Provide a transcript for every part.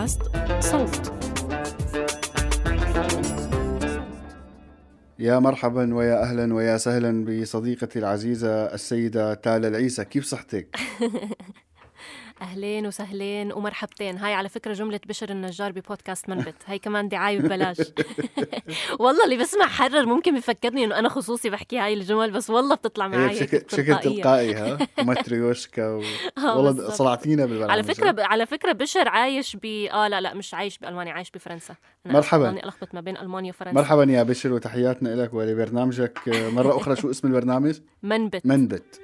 بودكاست صوت. يا مرحبا ويا أهلا ويا سهلا بصديقتي العزيزة السيدة تالا العيسى. كيف صحتك؟ أهلين وسهلين ومرحبتين. هاي على فكرة جملة بشر النجار ببودكاست منبت، هاي كمان دعاية ببلاش. والله اللي بسمع حرر ممكن بيفكرني إنه أنا خصوصي بحكي هاي الجمل، بس والله بتطلع معي بشكل تلقائي. ها وماتريوشكا والله صلعتينا بالبرنامج. على فكرة بشر عايش لا مش عايش بألمانيا، عايش بفرنسا. مرحبا. أنا ألخبط ما بين ألمانيا وفرنسا. مرحبا يا بشر وتحياتنا لك ولبرنامجك مرة أخرى. شو اسم البرنامج؟ منبت.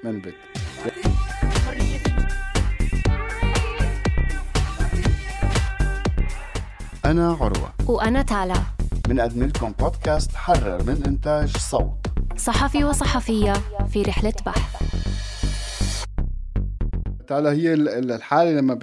أنا عروة وأنا تالا، بنقدم لكم بودكاست حرر من إنتاج صوت، صحفي وصحفية في رحلة بحث. تالا، هي الحالة لما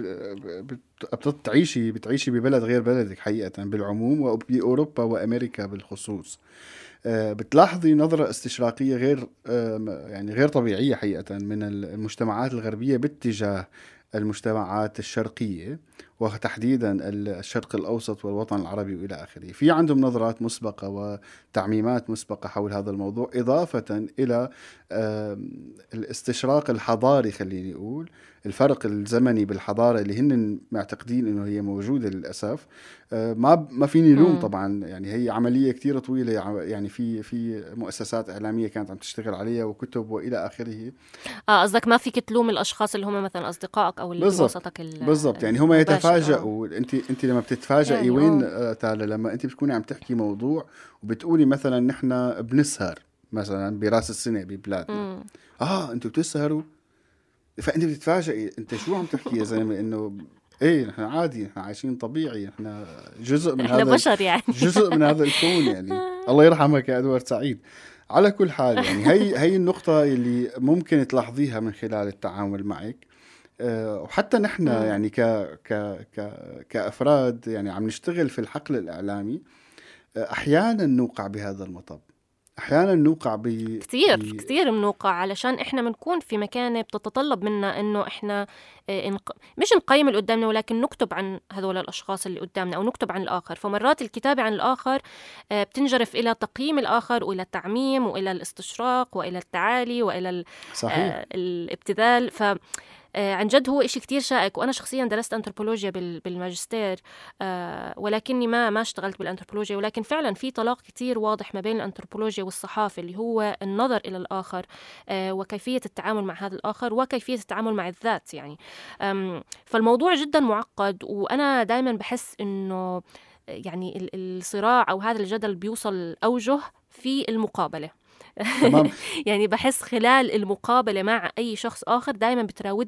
بتعيشي ببلد غير بلدك حقيقة بالعموم، وبأوروبا وأمريكا بالخصوص، بتلاحظي نظرة استشراقية غير طبيعية حقيقة من المجتمعات الغربية باتجاه المجتمعات الشرقية، وتحديدا الشرق الأوسط والوطن العربي وإلى آخره. في عندهم نظرات مسبقة وتعميمات مسبقة حول هذا الموضوع، إضافة إلى الاستشراق الحضاري. خليني أقول الفرق الزمني بالحضارة اللي هن معتقدين إنه هي موجودة للأسف. ما فيني لوم طبعا، يعني هي عملية كتير طويلة، يعني في مؤسسات إعلامية كانت عم تشتغل عليها وكتب وإلى آخره. قصدك ما فيك تلوم الأشخاص اللي هم مثلا أصدقائك أو اللي بوسطك بالضبط. يعني هم يتفاجئوا. انت لما بتتفاجئي يعني وين تالا لما انت بتكوني عم تحكي موضوع وبتقولي مثلا نحن بنسهر مثلا براس السنة ببلادنا، انتوا بتسهروا، فانت بتتفاجئي انت شو عم تحكي يا زلمه، انه ايه نحن عادي، نحن عايشين طبيعي، نحن جزء من هذا بشر، يعني جزء من هذا الكون. يعني الله يرحمك يا ادوارد سعيد. على كل حال، يعني هي النقطة اللي ممكن تلاحظيها من خلال التعامل معك. وحتى نحن يعني كأفراد يعني عم نشتغل في الحقل الإعلامي، أحيانا نوقع بهذا المطب، أحيانا نوقع كتير بنوقع، علشان إحنا بنكون في مكانة بتتطلب منا إنه إحنا مش نقيم اللي قدامنا، ولكن نكتب عن هذول الأشخاص اللي قدامنا أو نكتب عن الآخر. فمرات الكتابة عن الآخر بتنجرف إلى تقييم الآخر وإلى التعميم وإلى الاستشراق وإلى التعالي وإلى الابتذال. عن جد هو إشي كتير شائك. وأنا شخصيا درست أنثروبولوجيا بالماجستير، ولكني ما اشتغلت بالأنثروبولوجيا، ولكن فعلا في طلاق كتير واضح ما بين الأنثروبولوجيا والصحافة، اللي هو النظر إلى الآخر وكيفية التعامل مع هذا الآخر وكيفية التعامل مع الذات. يعني فالموضوع جدا معقد، وأنا دايما بحس إنه يعني الصراع أو هذا الجدل بيوصل أوجه في المقابلة. يعني بحس خلال المقابلة مع أي شخص آخر دايما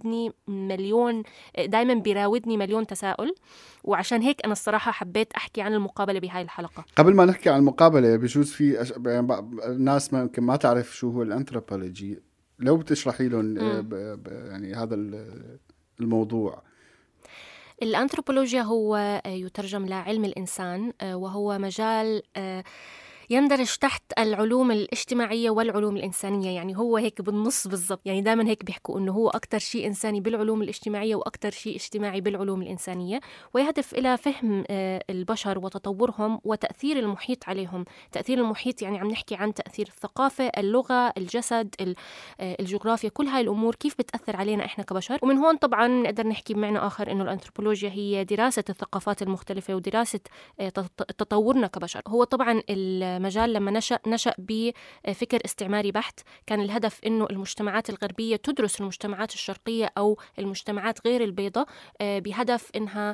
بيراودني مليون تساؤل. وعشان هيك أنا الصراحة حبيت أحكي عن المقابلة بهاي الحلقة. قبل ما نحكي عن المقابلة، بجوز في الناس ممكن ما تعرف شو هو الأنثروبولوجي، لو بتشرحي لهم يعني هذا الموضوع. الأنثروبولوجيا هو يترجم لعلم الإنسان، وهو مجال يندرج تحت العلوم الاجتماعية والعلوم الإنسانية. يعني هو هيك بالنص بالضبط. يعني دائما هيك بيحكوا إنه هو أكتر شيء إنساني بالعلوم الاجتماعية وأكتر شيء اجتماعي بالعلوم الإنسانية، ويهدف إلى فهم البشر وتطورهم وتأثير المحيط عليهم. تأثير المحيط يعني عم نحكي عن تأثير الثقافة، اللغة، الجسد، الجغرافيا، كل هاي الأمور كيف بتأثر علينا إحنا كبشر. ومن هون طبعا نقدر نحكي بمعنى آخر إنه الأنثروبولوجيا هي دراسة الثقافات المختلفة ودراسة تطورنا كبشر. هو طبعا المجال لما نشأ بفكر استعماري بحت، كان الهدف إنه المجتمعات الغربية تدرس المجتمعات الشرقية أو المجتمعات غير البيضاء، بهدف إنها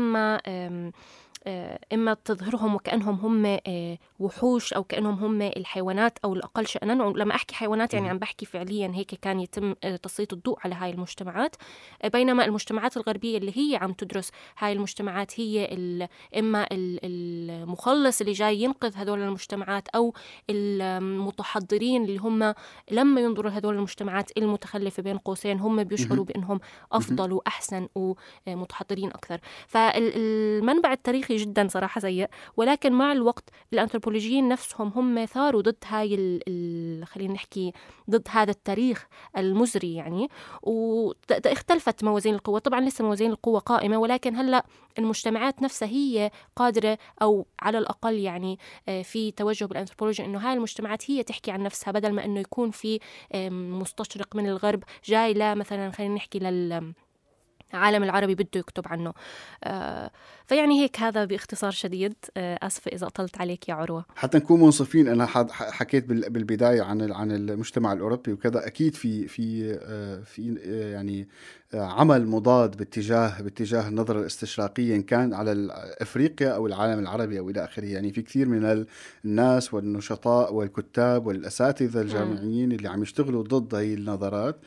إما تظهرهم وكأنهم هم وحوش أو كأنهم هم الحيوانات أو الأقل شأنا. لما أحكي حيوانات يعني عم بحكي فعليا هيك كان يتم تسليط الضوء على هاي المجتمعات. بينما المجتمعات الغربية اللي هي عم تدرس هاي المجتمعات هي إما المخلص اللي جاي ينقذ هذول المجتمعات، أو المتحضرين اللي هم لما ينظروا هذول المجتمعات المتخلفة بين قوسين هم بيشعروا بأنهم أفضل وأحسن ومتحضرين أكثر. فالمنبع التاريخي شيء جدا صراحة سيء. ولكن مع الوقت الأنثروبولوجيين نفسهم هم ثاروا ضد هاي خلينا نحكي ضد هذا التاريخ المزري يعني، واختلفت موازين القوة. طبعا لسه موازين القوة قائمة، ولكن هلأ المجتمعات نفسها هي قادرة، أو على الأقل يعني في توجه بالأنثروبولوجيا إنه هاي المجتمعات هي تحكي عن نفسها، بدل ما إنه يكون في مستشرق من الغرب جاي لا مثلا خلينا نحكي العالم العربي بده يكتب عنه. فيعني هيك هذا باختصار شديد. أسفة إذا أطلت عليك يا عروة. حتى نكون منصفين، أنا حكيت بالبداية عن المجتمع الأوروبي وكذا. أكيد في يعني عمل مضاد باتجاه النظرة الاستشراقية، إن كان على أفريقيا أو العالم العربي أو إلى آخره. يعني في كثير من الناس والنشطاء والكتاب والأساتذة الجامعيين اللي عم يشتغلوا ضد هاي النظرات.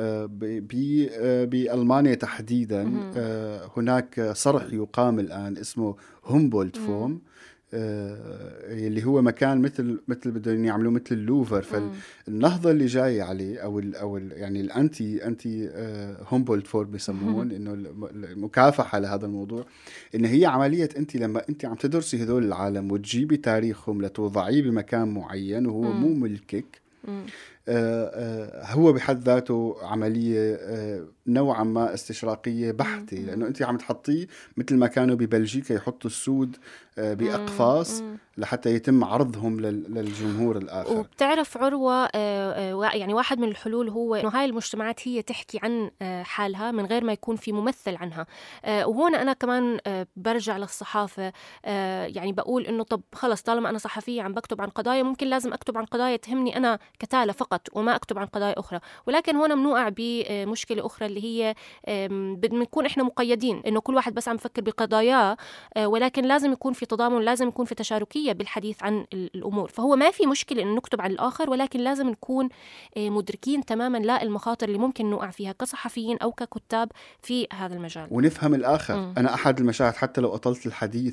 بألمانيا تحديدا هناك صرح يقام الآن اسمه هومبولدت فوم، اللي هو مكان مثل بدهم يعملوه مثل اللوفر. فالنهضة اللي جاية عليه أو يعني الأنتي هومبولدت فورم بيسمون، إنه المكافحة لهذا الموضوع، إن هي عملية أنت لما أنت عم تدرسي هذول العالم وتجيبي تاريخهم لتوضعيه بمكان معين وهو مو ملكك، هو بحد ذاته عملية نوعا ما استشراقية بحتة، لأنه أنت عم تحطيه مثل ما كانوا ببلجيكا يحطوا السود بأقفاص لحتى يتم عرضهم للجمهور الآخر. وبتعرف عروة، يعني واحد من الحلول هو إنه هاي المجتمعات هي تحكي عن حالها من غير ما يكون في ممثل عنها. وهون أنا كمان برجع للصحافة، يعني بقول إنه طب خلص، طالما أنا صحفية عم بكتب عن قضايا، ممكن لازم أكتب عن قضايا تهمني أنا كتالة فقط وما أكتب عن قضايا أخرى. ولكن هون بنوقع بمشكلة أخرى اللي هي بنكون إحنا مقيدين إنه كل واحد بس عم يفكر بقضاياه، ولكن لازم يكون في تضامن، لازم يكون في تشاركية بالحديث عن الأمور. فهو ما في مشكلة إن نكتب عن الآخر، ولكن لازم نكون مدركين تماما لا المخاطر اللي ممكن نوقع فيها كصحفيين أو ككتاب في هذا المجال، ونفهم الآخر. أنا أحد المشاهد، حتى لو أطلت الحديث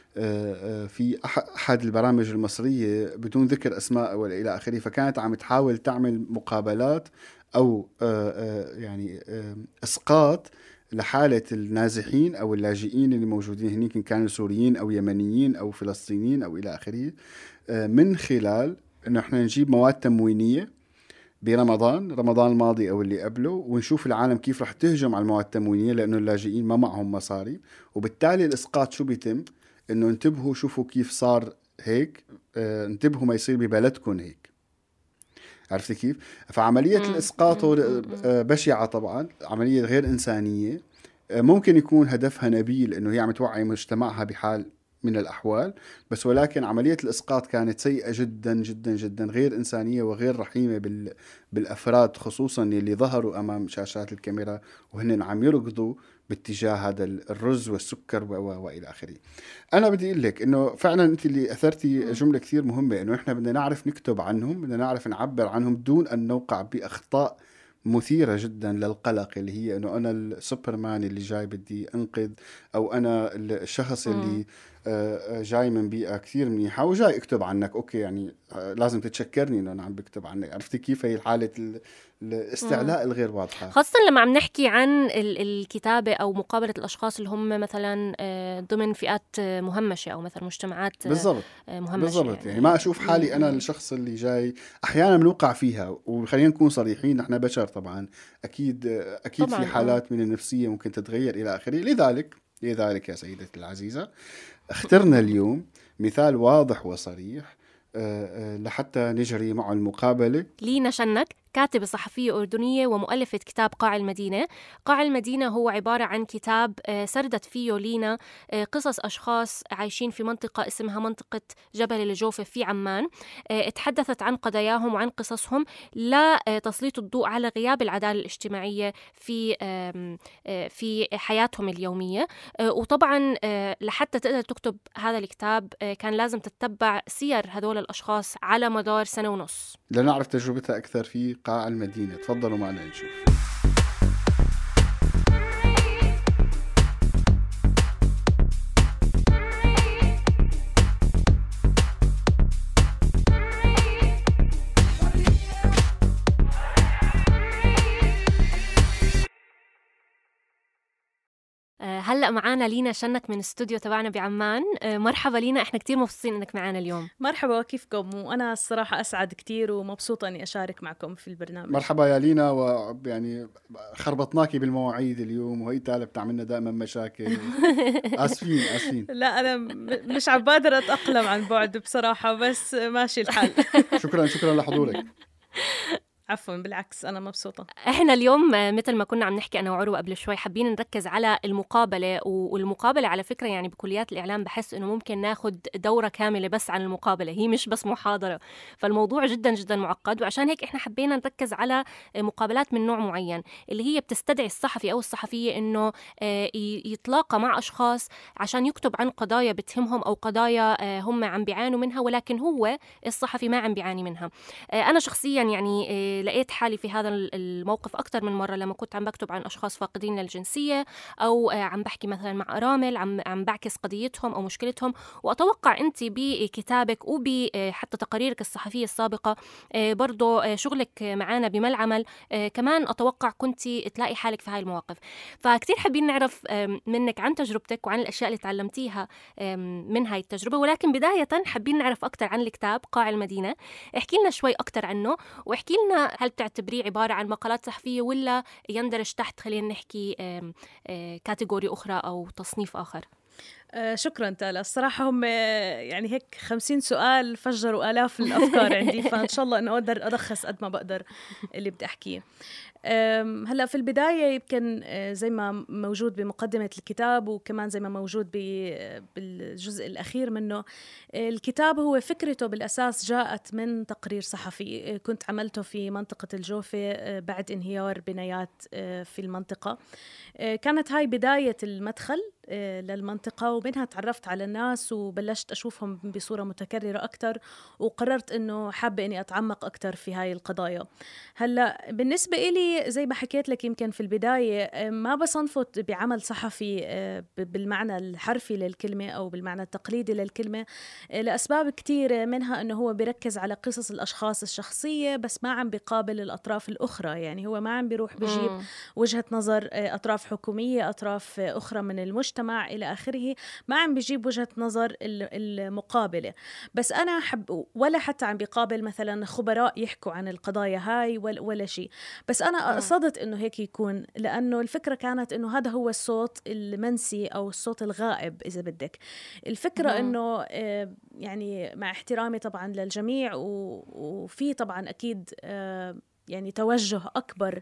في أحد البرامج المصرية بدون ذكر أسماء ولا إلى آخره، فكانت عم تحاول تعمل مقابلات أو يعني إسقاط لحالة النازحين أو اللاجئين اللي موجودين هناك، إن كانوا سوريين أو يمنيين أو فلسطينيين أو إلى آخره، من خلال إنه إحنا نجيب مواد تموينية رمضان الماضي أو اللي قبله، ونشوف العالم كيف رح تهجم على المواد التموينية لأنه اللاجئين ما معهم مصاري. وبالتالي الإسقاط شو بيتم؟ إنه انتبهوا، شوفوا كيف صار هيك، انتبهوا ما يصير ببلدكم هيك. عرفتي كيف؟ فعملية الإسقاط بشعة طبعا، عملية غير إنسانية. ممكن يكون هدفها نبيل، إنه هي عم توعي مجتمعها بحال من الأحوال، بس ولكن عملية الإسقاط كانت سيئة جدا جدا جدا، غير إنسانية وغير رحيمة بالأفراد، خصوصا اللي ظهروا أمام شاشات الكاميرا وهن عم يركضوا باتجاه هذا الرز والسكر وإلى آخره. أنا بدي أقول لك إنه فعلا أنت اللي أثرتي جملة كثير مهمة، إنه إحنا بدنا نعرف نكتب عنهم، بدنا نعرف نعبر عنهم دون أن نوقع بأخطاء مثيرة جدا للقلق، اللي هي إنه أنا السوبرمان اللي جاي بدي أنقذ، أو أنا الشخص اللي جاي من بيئة كثير منيحة وجاي أكتب عنك. أوكي يعني لازم تتشكرني إنه أنا عم بكتب عنك. عرفتي كيف هي حالة الاستعلاء الغير واضحة، خاصة لما عم نحكي عن الكتابة أو مقابلة الأشخاص اللي هم مثلا ضمن فئات مهمشة أو مثلا مجتمعات مهمشة. بالضبط يعني ما أشوف حالي أنا الشخص اللي جاي. أحيانا بنوقع فيها، وخلينا نكون صريحين، نحن بشر طبعا، أكيد طبعاً في حالات من النفسية ممكن تتغير إلى آخره. لذلك يا سيدتي العزيزة، اخترنا اليوم مثال واضح وصريح لحتى نجري معه المقابلة. لينا شنك، كاتبة صحفية أردنية ومؤلفة كتاب قاع المدينة. قاع المدينة هو عبارة عن كتاب سردت فيه لينا قصص أشخاص عايشين في منطقة اسمها منطقة جبل الجوفة في عمان، اتحدثت عن قضاياهم وعن قصصهم لتسليط الضوء على غياب العدالة الاجتماعية في حياتهم اليومية. وطبعا لحتى تقدر تكتب هذا الكتاب كان لازم تتبع سير هذول الأشخاص على مدار 1.5 سنة. لنعرف تجربتها أكثر في قاع المدينة. تفضلوا معنا نشوف. هلأ معانا لينا شنك من الاستوديو تبعنا بعمان. مرحبا لينا، احنا كتير مبسوطين انك معانا اليوم. مرحبا، كيفكم؟ وانا الصراحه اسعد كتير ومبسوطه اني اشارك معكم في البرنامج. مرحبا يا لينا، ويعني خربطناكي بالمواعيد اليوم، وهي تالا بتعملنا دائما مشاكل. اسفين. لا انا مش عم بقدر اتاقلم عن بعد بصراحه، بس ماشي الحال. شكرا لحضورك. عفوا، بالعكس أنا مبسوطة. احنا اليوم مثل ما كنا عم نحكي أنا وعروة قبل شوي، حابين نركز على المقابلة. والمقابلة على فكرة يعني بكليات الإعلام بحس إنه ممكن ناخد دورة كاملة بس عن المقابلة، هي مش بس محاضرة. فالموضوع جدا جدا معقد، وعشان هيك احنا حبينا نركز على مقابلات من نوع معين، اللي هي بتستدعي الصحفي أو الصحفية إنه يتلاقى مع أشخاص عشان يكتب عن قضايا بتهمهم أو قضايا هم عم بيعانوا منها، ولكن هو الصحفي ما عم بيعاني منها. أنا شخصيا يعني لقيت حالي في هذا الموقف أكثر من مرة، لما كنت عم بكتب عن أشخاص فاقدين للجنسية، أو عم بحكي مثلا مع أرامل عم بعكس قضيتهم أو مشكلتهم. وأتوقع أنت بكتابك وبحتى تقاريرك الصحفية السابقة، برضو شغلك معنا بما العمل، كمان أتوقع كنت تلاقي حالك في هاي المواقف. فكتير حابين نعرف منك عن تجربتك وعن الأشياء اللي تعلمتيها من هاي التجربة. ولكن بداية حابين نعرف أكثر عن الكتاب قاع المدينة. احكي لنا شوي أكثر عنه، واحكي لنا هل تعتبريه عبارة عن مقالات صحفية ولا يندرج تحت، خلينا نحكي، كاتيجوري أخرى أو تصنيف آخر؟ شكرا تالا. الصراحة هم يعني هيك 50 سؤال فجروا آلاف الأفكار عندي، فإن شاء الله أنه أقدر ألخص قد ما بقدر اللي بدي أحكيه. هلأ في البداية يمكن زي ما موجود بمقدمة الكتاب، وكمان زي ما موجود بالجزء الأخير منه، الكتاب هو فكرته بالأساس جاءت من تقرير صحفي كنت عملته في منطقة الجوفة بعد انهيار بنايات في المنطقة. كانت هاي بداية المدخل للمنطقة، ومنها تعرفت على الناس وبلشت أشوفهم بصورة متكررة أكتر، وقررت أنه حابة أني أتعمق أكتر في هاي القضايا. هلأ بالنسبة إلي زي ما حكيت لك يمكن في البداية، ما بصنفه بعمل صحفي بالمعنى الحرفي للكلمة أو بالمعنى التقليدي للكلمة، لأسباب كتيرة، منها أنه هو بيركز على قصص الأشخاص الشخصية بس ما عم بيقابل الأطراف الأخرى. يعني هو ما عم بيروح بيجيب وجهة نظر أطراف حكومية، أطراف أخرى من المجتمع إلى آخره، ما عم بيجيب وجهة نظر المقابلة. بس أنا ولا حتى عم بيقابل مثلا خبراء يحكوا عن القضايا هاي ولا شيء. بس أنا قصدت إنه هيك يكون، لأنه الفكرة كانت إنه هذا هو الصوت المنسي أو الصوت الغائب إذا بدك. الفكرة إنه يعني مع احترامي طبعا للجميع، وفي طبعا أكيد يعني توجه أكبر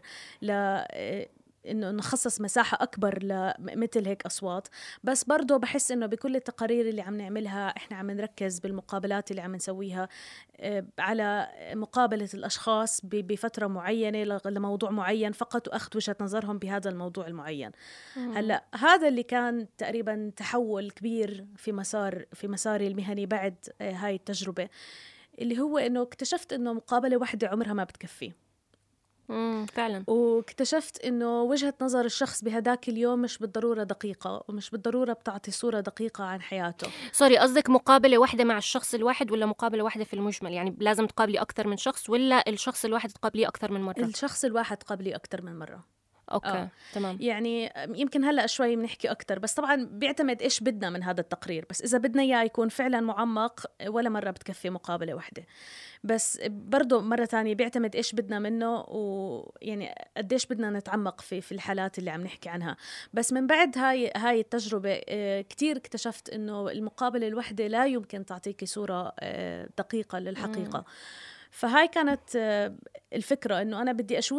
إنه نخصص مساحة أكبر لمثل هيك أصوات. بس برضو بحس إنه بكل التقارير اللي عم نعملها إحنا عم نركز بالمقابلات اللي عم نسويها على مقابلة الأشخاص بفترة معينة لموضوع معين فقط، وأخذ وجهة نظرهم بهذا الموضوع المعين. هلأ هذا اللي كان تقريبا تحول كبير في مساري المهني بعد هاي التجربة، اللي هو إنه اكتشفت إنه مقابلة واحدة عمرها ما بتكفي. فعلا. واكتشفت إنه وجهة نظر الشخص بهداك اليوم مش بالضرورة دقيقة، ومش بالضرورة بتعطي صورة دقيقة عن حياته. سوري، قصدك مقابلة واحدة مع الشخص الواحد ولا مقابلة واحدة في المجمل؟ يعني لازم تقابلي أكثر من شخص، ولا الشخص الواحد تقابليه أكثر من مرة؟ الشخص الواحد تقابليه أكثر من مرة. أوكي. تمام. يعني يمكن هلأ شوي بنحكي أكتر، بس طبعا بيعتمد إيش بدنا من هذا التقرير. بس إذا بدنا إياه يكون فعلا معمق، ولا مرة بتكفي مقابلة واحدة. بس برضو مرة تانية بيعتمد إيش بدنا منه، ويعني قديش بدنا نتعمق في الحالات اللي عم نحكي عنها. بس من بعد هاي التجربة كتير اكتشفت إنه المقابلة الواحدة لا يمكن تعطيكي صورة دقيقة للحقيقة. فهاي كانت الفكرة، إنه أنا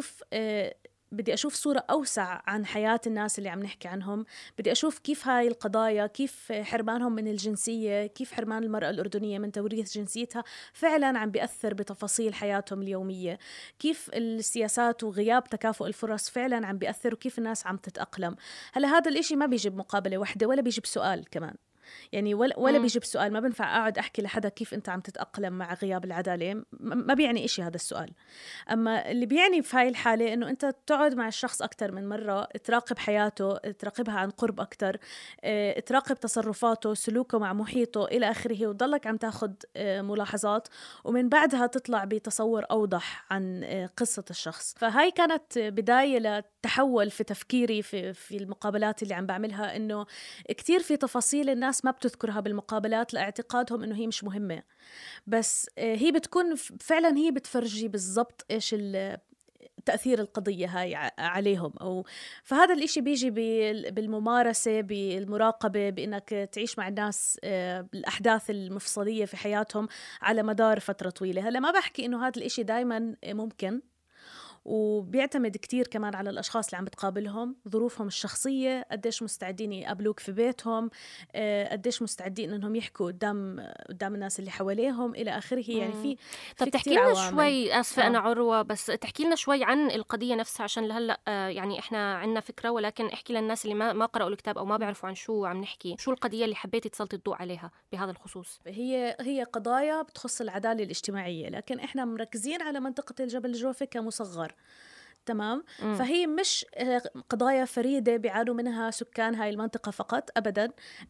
بدي أشوف صورة أوسع عن حياة الناس اللي عم نحكي عنهم. بدي أشوف كيف هاي القضايا، كيف حرمانهم من الجنسية، كيف حرمان المرأة الأردنية من توريث جنسيتها فعلا عم بيأثر بتفاصيل حياتهم اليومية، كيف السياسات وغياب تكافؤ الفرص فعلا عم بيأثر، وكيف الناس عم تتأقلم. هلا هذا الإشي ما بيجي بمقابلة واحدة ولا بيجي بسؤال كمان. يعني ولا بيجي بسؤال. ما بنفع أقعد أحكي لحدا كيف أنت عم تتأقلم مع غياب العدالة، ما بيعني إشي هذا السؤال. أما اللي بيعني في هاي الحالة إنه أنت تقعد مع الشخص أكتر من مرة، تراقب حياته، تراقبها عن قرب أكتر، تراقب تصرفاته، سلوكه مع محيطه إلى آخره، وتضلك عم تاخد ملاحظات، ومن بعدها تطلع بتصور أوضح عن قصة الشخص. فهاي كانت بداية لتحول في تفكيري في المقابلات اللي عم بعملها، إنه كتير في تفاصيل الناس ما بتذكرها بالمقابلات لاعتقادهم إنه هي مش مهمة، بس هي بتكون فعلا هي بتفرجي بالضبط إيش تأثير القضية هاي عليهم. فهذا الإشي بيجي بالممارسة، بالمراقبة، بأنك تعيش مع الناس الأحداث المفصلية في حياتهم على مدار فترة طويلة. هلا ما بحكي إنه هذا الإشي دايما ممكن، وبيعتمد كتير كمان على الأشخاص اللي عم بتقابلهم، ظروفهم الشخصية، قديش مستعدين يقابلوك في بيتهم، قديش مستعدين إنهم يحكوا قدام الناس اللي حواليهم إلى آخره. يعني طب تحكي لنا شوي، آسفة أنا عروة، بس تحكي لنا شوي عن القضية نفسها عشان لهلأ يعني إحنا عنا فكرة، ولكن احكي للناس اللي ما قرأوا الكتاب أو ما بيعرفوا عن شو عم نحكي. شو القضية اللي حبيتي تسلطي الضوء عليها بهذا الخصوص؟ هي قضايا بتخص العدالة الاجتماعية، لكن إحنا مركزين على منطقة الجبل الجوفي كمصغر. تمام. فهي مش قضايا فريدة بيعانوا منها سكان هاي المنطقة فقط أبدا.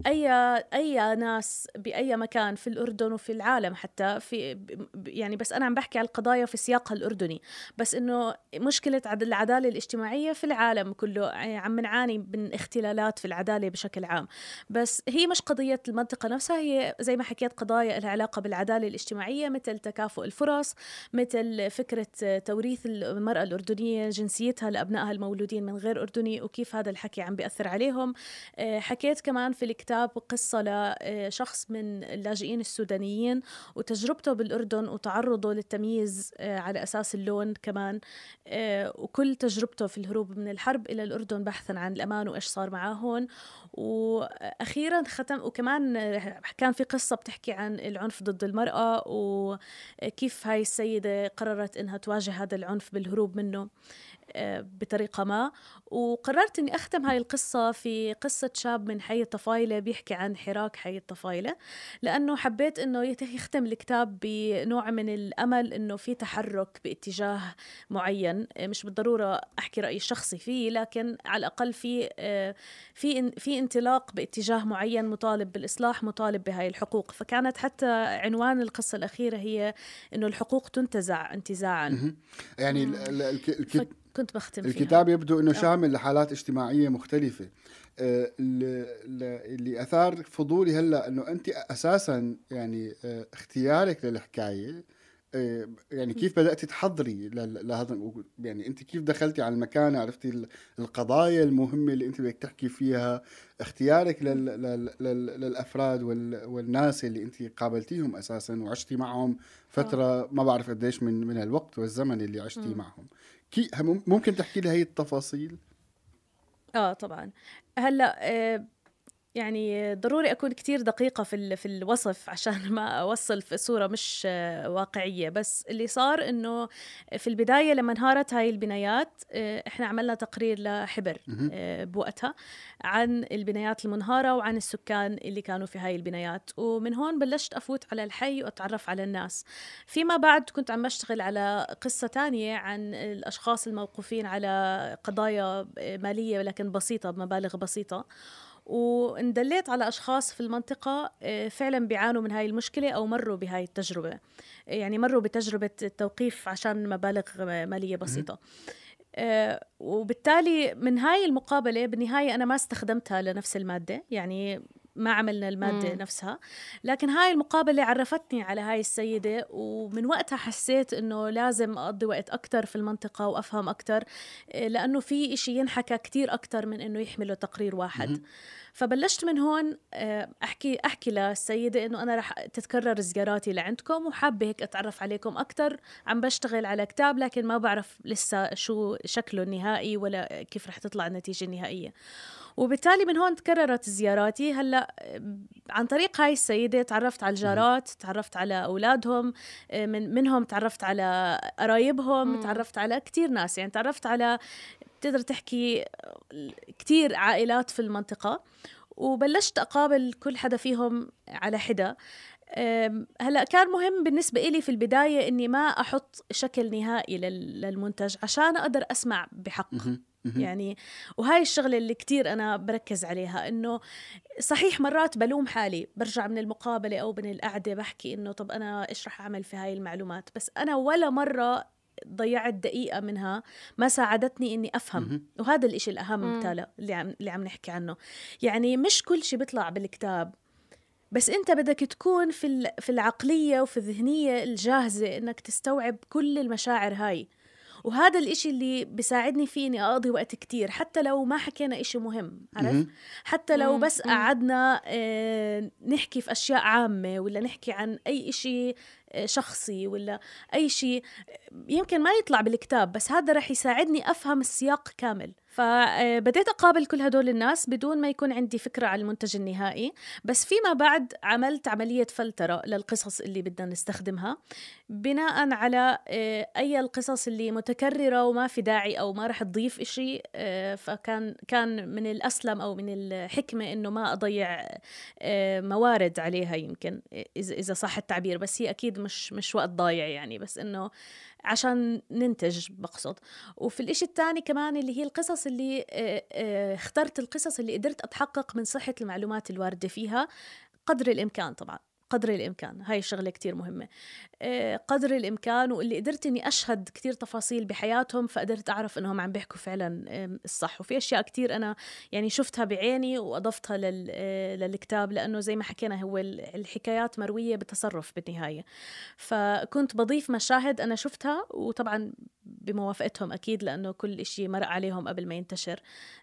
أي ناس بأي مكان في الأردن وفي العالم حتى يعني، بس أنا عم بحكي على القضايا في سياقها الأردني، بس إنه مشكلة العدالة الاجتماعية في العالم كله عم نعاني من اختلالات في العدالة بشكل عام. بس هي مش قضية المنطقة نفسها، هي زي ما حكيت قضايا لها علاقة بالعدالة الاجتماعية، مثل تكافؤ الفرص، مثل فكرة توريث المرأة الأردنية جنسيتها لأبنائها المولودين من غير أردني، وكيف هذا الحكي عم بيأثر عليهم. حكيت كمان في الكتاب قصة لشخص من اللاجئين السودانيين وتجربته بالأردن وتعرضه للتمييز على أساس اللون كمان، وكل تجربته في الهروب من الحرب إلى الأردن بحثا عن الأمان وإيش صار معاه هون. وأخيرا ختم، وكمان كان في قصة بتحكي عن العنف ضد المرأة وكيف هاي السيدة قررت إنها تواجه هذا العنف بالهروب منه بطريقة ما. وقررت أني أختم هاي القصة في قصة شاب من حي الطفايلة بيحكي عن حراك حي الطفايلة، لأنه حبيت أنه يختم الكتاب بنوع من الأمل أنه في تحرك باتجاه معين. مش بالضرورة أحكي رأيي الشخصي فيه، لكن على الأقل في انطلاق باتجاه معين، مطالب بالإصلاح، مطالب بهاي الحقوق. فكانت حتى عنوان القصة الأخيرة هي أنه الحقوق تنتزع انتزاعا. يعني كنت بختم الكتاب يبدو أنه شامل لحالات اجتماعية مختلفة. اللي أثار فضولي هلأ أنه أنت أساسا يعني اختيارك للحكاية، يعني كيف بدأت تحضري لهذا؟ يعني أنت كيف دخلتي على المكان، عرفتي القضايا المهمة اللي أنت بدك تحكي فيها، اختيارك للأفراد والناس اللي أنت قابلتيهم أساسا وعشتي معهم فترة ما بعرف قديش من الوقت والزمن اللي عشتي معهم. ممكن تحكي لي هاي التفاصيل؟ طبعا. هلأ يعني ضروري أكون كتير دقيقة في الوصف عشان ما أوصل في صورة مش واقعية. بس اللي صار إنه في البداية لما انهارت هاي البنايات، إحنا عملنا تقرير لحبر بوقتها عن البنايات المنهارة وعن السكان اللي كانوا في هاي البنايات، ومن هون بلشت أفوت على الحي وأتعرف على الناس. فيما بعد كنت عم بشتغل على قصة تانية عن الأشخاص الموقوفين على قضايا مالية لكن بسيطة، بمبالغ بسيطة، واندليت على أشخاص في المنطقة فعلا بيعانوا من هاي المشكلة أو مروا بهاي التجربة، يعني مروا بتجربة التوقيف عشان مبالغ مالية بسيطة. وبالتالي من هاي المقابلة بالنهاية أنا ما استخدمتها لنفس المادة، يعني ما عملنا المادة نفسها، لكن هاي المقابلة عرفتني على هاي السيدة، ومن وقتها حسيت إنه لازم أقضي وقت أكتر في المنطقة وأفهم أكتر، لأنه في إشي ينحكى كتير أكتر من إنه يحمله تقرير واحد. فبلشت من هون أحكي للسيدة إنه أنا رح تتكرر زياراتي لعندكم وحابة هيك أتعرف عليكم أكتر. عم بشتغل على كتاب لكن ما بعرف لسه شو شكله النهائي ولا كيف رح تطلع النتيجة النهائية. وبالتالي من هون تكررت زياراتي. هلأ عن طريق هاي السيدة تعرفت على الجارات، تعرفت على أولادهم، منهم تعرفت على قرايبهم، تعرفت على كتير ناس، يعني تعرفت على تقدر تحكي كتير عائلات في المنطقة. وبلشت أقابل كل حدا فيهم على حدا. هلأ كان مهم بالنسبة إلي في البداية إني ما أحط شكل نهائي للمنتج عشان أقدر أسمع بحق يعني. وهاي الشغلة اللي كتير أنا بركز عليها، إنه صحيح مرات بلوم حالي، برجع من المقابلة أو من القعدة بحكي إنه طب أنا إيش رح أعمل في هاي المعلومات، بس أنا ولا مرة ضيعت دقيقة منها ما ساعدتني إني أفهم. وهذا الإشي الأهم تالا اللي عم نحكي عنه. يعني مش كل شي بيطلع بالكتاب، بس أنت بدك تكون في العقلية وفي الذهنية الجاهزة إنك تستوعب كل المشاعر هاي. وهذا الإشي اللي بيساعدني فيه إني أقضي وقت كتير، حتى لو ما حكينا إشي مهم، عرف؟ حتى لو بس قعدنا نحكي في أشياء عامة، ولا نحكي عن أي إشي شخصي، ولا أي شيء يمكن ما يطلع بالكتاب، بس هذا رح يساعدني أفهم السياق كامل. فبديت أقابل كل هدول الناس بدون ما يكون عندي فكرة عن المنتج النهائي، بس فيما بعد عملت عملية فلترة للقصص اللي بدنا نستخدمها بناء على أي القصص اللي متكررة وما في داعي أو ما رح تضيف إشي. فكان من الأسلم أو من الحكمة إنه ما أضيع موارد عليها، يمكن إذا صح التعبير، بس هي أكيد مش وقت ضايع يعني، بس إنه عشان ننتج بقصد. وفي الإشي الثاني كمان اللي هي القصص اللي اخترت القصص اللي قدرت أتحقق من صحة المعلومات الواردة فيها قدر الإمكان. طبعا قدر الإمكان هاي الشغلة كتير مهمة، قدر الإمكان، واللي قدرت إني أشهد كتير تفاصيل بحياتهم فقدرت أعرف إنهم عم بيحكوا فعلا الصح. وفي أشياء كتير أنا يعني شفتها بعيني وأضفتها للكتاب، لأنه زي ما حكينا هو الحكايات مروية بتصرف بالنهاية، فكنت بضيف مشاهد أنا شفتها، وطبعا بموافقتهم أكيد لأنه كل إشي مرق عليهم قبل ما ينتشر،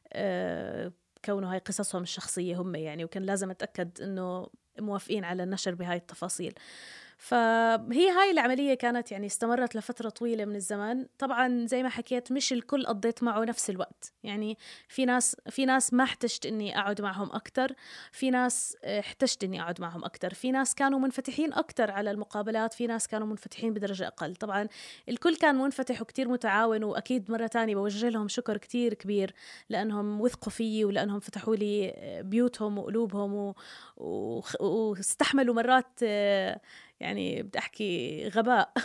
كونه هاي قصصهم الشخصية هم يعني، وكان لازم أتأكد إنه موافقين على النشر بهاي التفاصيل. فهي هاي العملية كانت يعني استمرت لفترة طويلة من الزمن. طبعا زي ما حكيت مش الكل قضيت معه نفس الوقت، يعني في ناس ما احتجت إني أقعد معهم أكتر، في ناس احتجت إني أقعد معهم أكتر، في ناس كانوا منفتحين أكتر على المقابلات، في ناس كانوا منفتحين بدرجة أقل. طبعا الكل كان منفتح وكتير متعاون، وأكيد مرة تانية بوجه لهم شكر كتير كبير لأنهم وثقوا فيي ولأنهم فتحوا لي بيوتهم وقلوبهم واستحملوا مرات يعني بدي أحكي غباء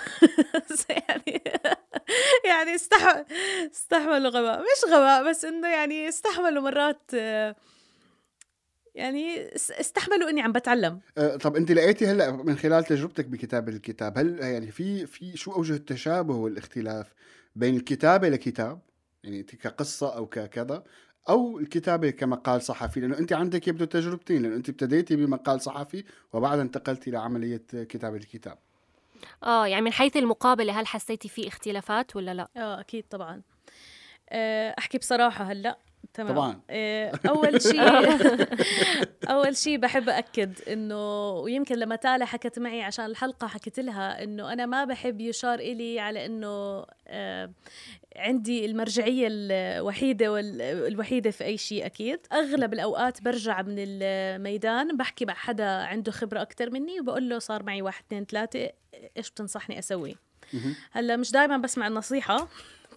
يعني استحملوا غباء، مش غباء بس إنه يعني استحملوا مرات، يعني استحملوا إني عم بتعلم. طب أنت لقيتي هلأ من خلال تجربتك بكتابة الكتاب، هل يعني في شو أوجه التشابه والاختلاف بين الكتابة لكتاب، يعني أنت كقصة أو ككذا، أو الكتابة كمقال صحفي؟ لأنه أنت عندك يبدو تجربتين، لأنه أنت ابتديتي بمقال صحفي وبعدها انتقلتي لعملية كتابة الكتاب. يعني من حيث المقابلة هل حسيتي في اختلافات ولا لا؟ أكيد طبعا. أحكي بصراحة هلأ تمام. طبعا. أول شيء بحب أكد إنه، ويمكن لما تالا حكت معي عشان الحلقة حكيت لها إنه أنا ما بحب يشار إلي على إنه عندي المرجعية الوحيدة والوحيدة في أي شيء. أكيد أغلب الأوقات برجع من الميدان بحكي مع حدا عنده خبرة أكتر مني وبقول له صار معي 1 2 3 إيش بتنصحني أسوي. هلا مش دايما بسمع النصيحة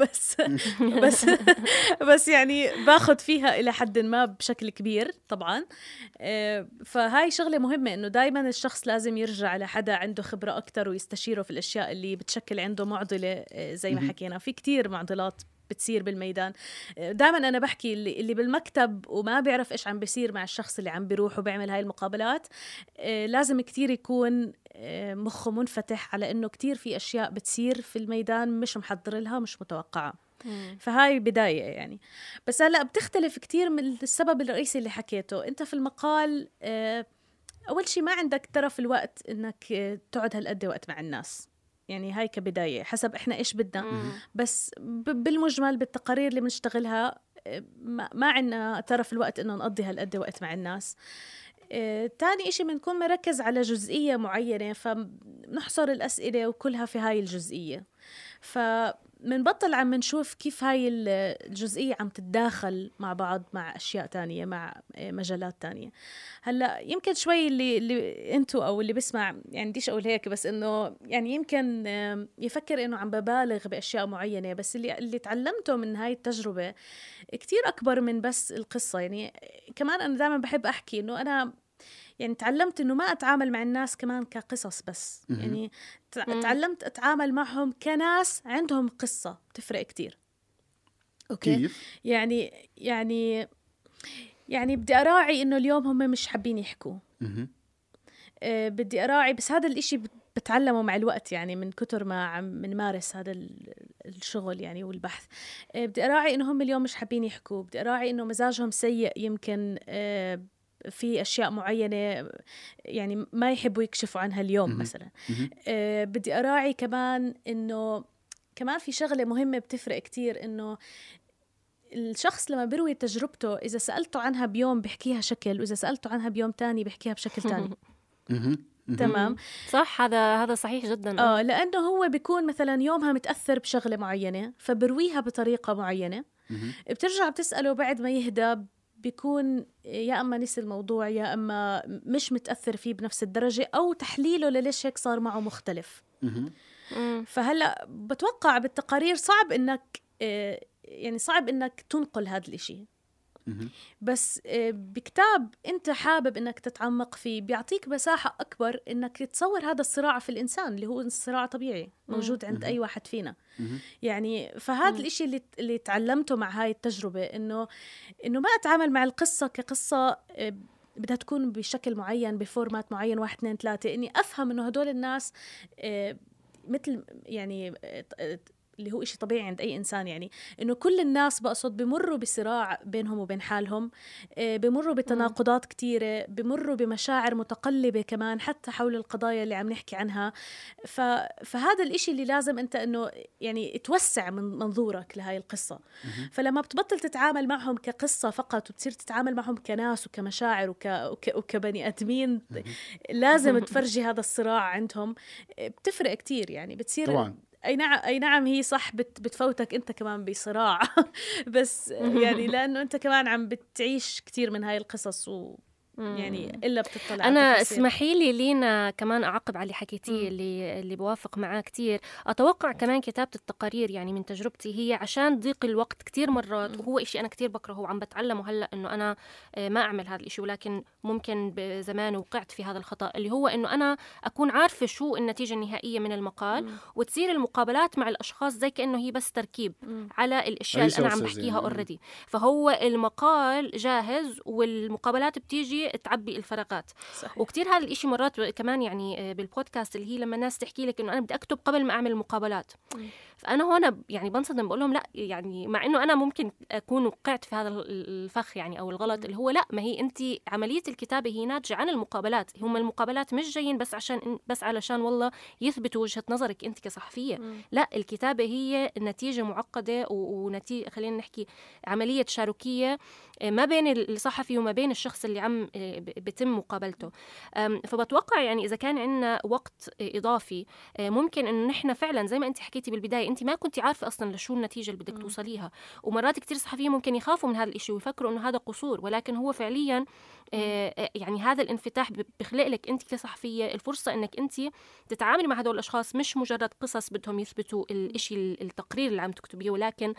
بس يعني باخد فيها إلى حد ما بشكل كبير طبعا. فهاي شغلة مهمة إنه دايما الشخص لازم يرجع لحدا عنده خبرة أكتر ويستشيره في الأشياء اللي بتشكل عنده معضلة. زي ما حكينا في كتير معضلات بتصير بالميدان. دائما أنا بحكي اللي بالمكتب وما بيعرف إيش عم بيصير مع الشخص اللي عم بيروح وبيعمل هاي المقابلات، لازم كتير يكون مخه منفتح على إنه كتير في أشياء بتصير في الميدان مش محضر لها مش متوقعة. فهاي بداية يعني. بس هلأ بتختلف كتير من السبب الرئيسي اللي حكيته أنت في المقال. أول شيء ما عندك ترى في الوقت إنك تقعد هالقد وقت مع الناس، يعني هاي كبداية حسب إحنا إيش بدنا. بس بالمجمل بالتقارير اللي بنشتغلها ما عنا ترى في الوقت إنه نقضي هالقد وقت مع الناس. تاني إشي بنكون مركز على جزئية معينة فنحصر الأسئلة وكلها في هاي الجزئية. منبطل عم نشوف كيف هاي الجزئية عم تتداخل مع بعض مع أشياء تانية مع مجالات تانية. هلا يمكن شوي اللي انتو أو اللي بسمع يعني بديش أقول هيك، بس إنه يعني يمكن يفكر إنه عم ببالغ بأشياء معينة، بس اللي تعلمته من هاي التجربة كتير أكبر من بس القصة. يعني كمان أنا دائما بحب أحكي إنه أنا يعني تعلمت إنه ما أتعامل مع الناس كمان كقصص بس، يعني تعلمت أتعامل معهم كناس عندهم قصة، بتفرق كتير. أوكي كيف؟ يعني بدي أراعي إنه اليوم هم مش حابين يحكوا، بدي أراعي، بس هذا الإشي بتعلمه مع الوقت، يعني من كتر ما عم نمارس هذا الشغل يعني والبحث. بدي أراعي إنه هم اليوم مش حابين يحكوا، بدي أراعي إنه مزاجهم سيء، يمكن في أشياء معينة يعني ما يحبوا يكشفوا عنها اليوم مثلا. بدي أراعي كمان إنه كمان في شغلة مهمة بتفرق كتير، إنه الشخص لما بروي تجربته إذا سألته عنها بيوم بحكيها شكل، وإذا سألته عنها بيوم تاني بحكيها بشكل تاني. تمام، صح، هذا صحيح جدا. لأنه هو بيكون مثلا يومها متأثر بشغلة معينة فبرويها بطريقة معينة، بترجع بتسأله بعد ما يهدى بيكون يا أما نسي الموضوع يا أما مش متأثر فيه بنفس الدرجة، أو تحليله لليش هيك صار معه مختلف. فهلأ بتوقع بالتقارير صعب إنك تنقل هذا الإشي، بس بكتاب أنت حابب إنك تتعمق فيه بيعطيك مساحة أكبر إنك تصور هذا الصراع في الإنسان اللي هو صراع طبيعي موجود عند أي واحد فينا. يعني فهذا الإشي اللي تعلمته مع هاي التجربة، إنه ما أتعامل مع القصة كقصة بدها تكون بشكل معين بفورمات معين 1 2 3، إني أفهم إنه هدول الناس مثل يعني اللي هو إشي طبيعي عند أي إنسان، يعني إنه كل الناس بقصد بمروا بصراع بينهم وبين حالهم، بمروا بتناقضات كتيرة، بمروا بمشاعر متقلبة كمان حتى حول القضايا اللي عم نحكي عنها. فهذا الإشي اللي لازم أنت إنه يعني توسع من منظورك لهاي القصة. فلما بتبطل تتعامل معهم كقصة فقط وبتصير تتعامل معهم كناس وكمشاعر وكبني آدمين لازم تفرجي هذا الصراع عندهم، بتفرق كتير. يعني بتصير طبعا أي نعم هي صح بتفوتك أنت كمان بصراع بس يعني لأنه أنت كمان عم بتعيش كتير من هاي القصص يعني إلا بتطلع. أنا اسمحي لي لينا كمان أعقب على اللي حكيتيه اللي بوافق معاه كتير. أتوقع كمان كتابة التقارير يعني من تجربتي هي عشان ضيق الوقت كتير مرات، وهو إشي أنا كتير بكرهه وعم بتعلمه هلأ إنه أنا ما أعمل هذا الإشي، ولكن ممكن بزمان وقعت في هذا الخطأ اللي هو إنه أنا أكون عارفة شو النتيجة النهائية من المقال وتصير المقابلات مع الأشخاص زي كأنه هي بس تركيب على الأشياء اللي أنا عم بحكيها أوريدي. فهو المقال جاهز والمقابلات بتيجي تعبي الفراغات. وكتير هذا الإشي مرات كمان يعني بالبودكاست اللي هي لما الناس تحكي لك إنه أنا بدي أكتب قبل ما أعمل المقابلات، فأنا هنا يعني بنصدم بقول لهم لا، يعني مع إنه أنا ممكن أكون وقعت في هذا الفخ يعني أو الغلط اللي هو لا، ما هي أنت عملية الكتابة هي ناتجة عن المقابلات. هم المقابلات مش جايين بس علشان والله يثبتوا وجهة نظرك أنت كصحفية. لا، الكتابة هي نتيجة معقدة ونتيجة خلينا نحكي عملية تشاركية ما بين الصحفي وما بين الشخص اللي عم بتم مقابلته. فبتوقع يعني إذا كان عندنا وقت إضافي ممكن إنه نحن فعلا زي ما أنت حكيتي بالبداية، أنت ما كنتي عارفة أصلا لشو النتيجة اللي بدك توصليها. ومرات كتير صحفيين ممكن يخافوا من هذا الإشي ويفكروا إنه هذا قصور، ولكن هو فعليا يعني هذا الانفتاح بخلق لك أنت كصحفية الفرصة إنك أنت تتعاملي مع هدول الأشخاص مش مجرد قصص بدهم يثبتوا الإشي التقرير اللي عم تكتبيه، ولكن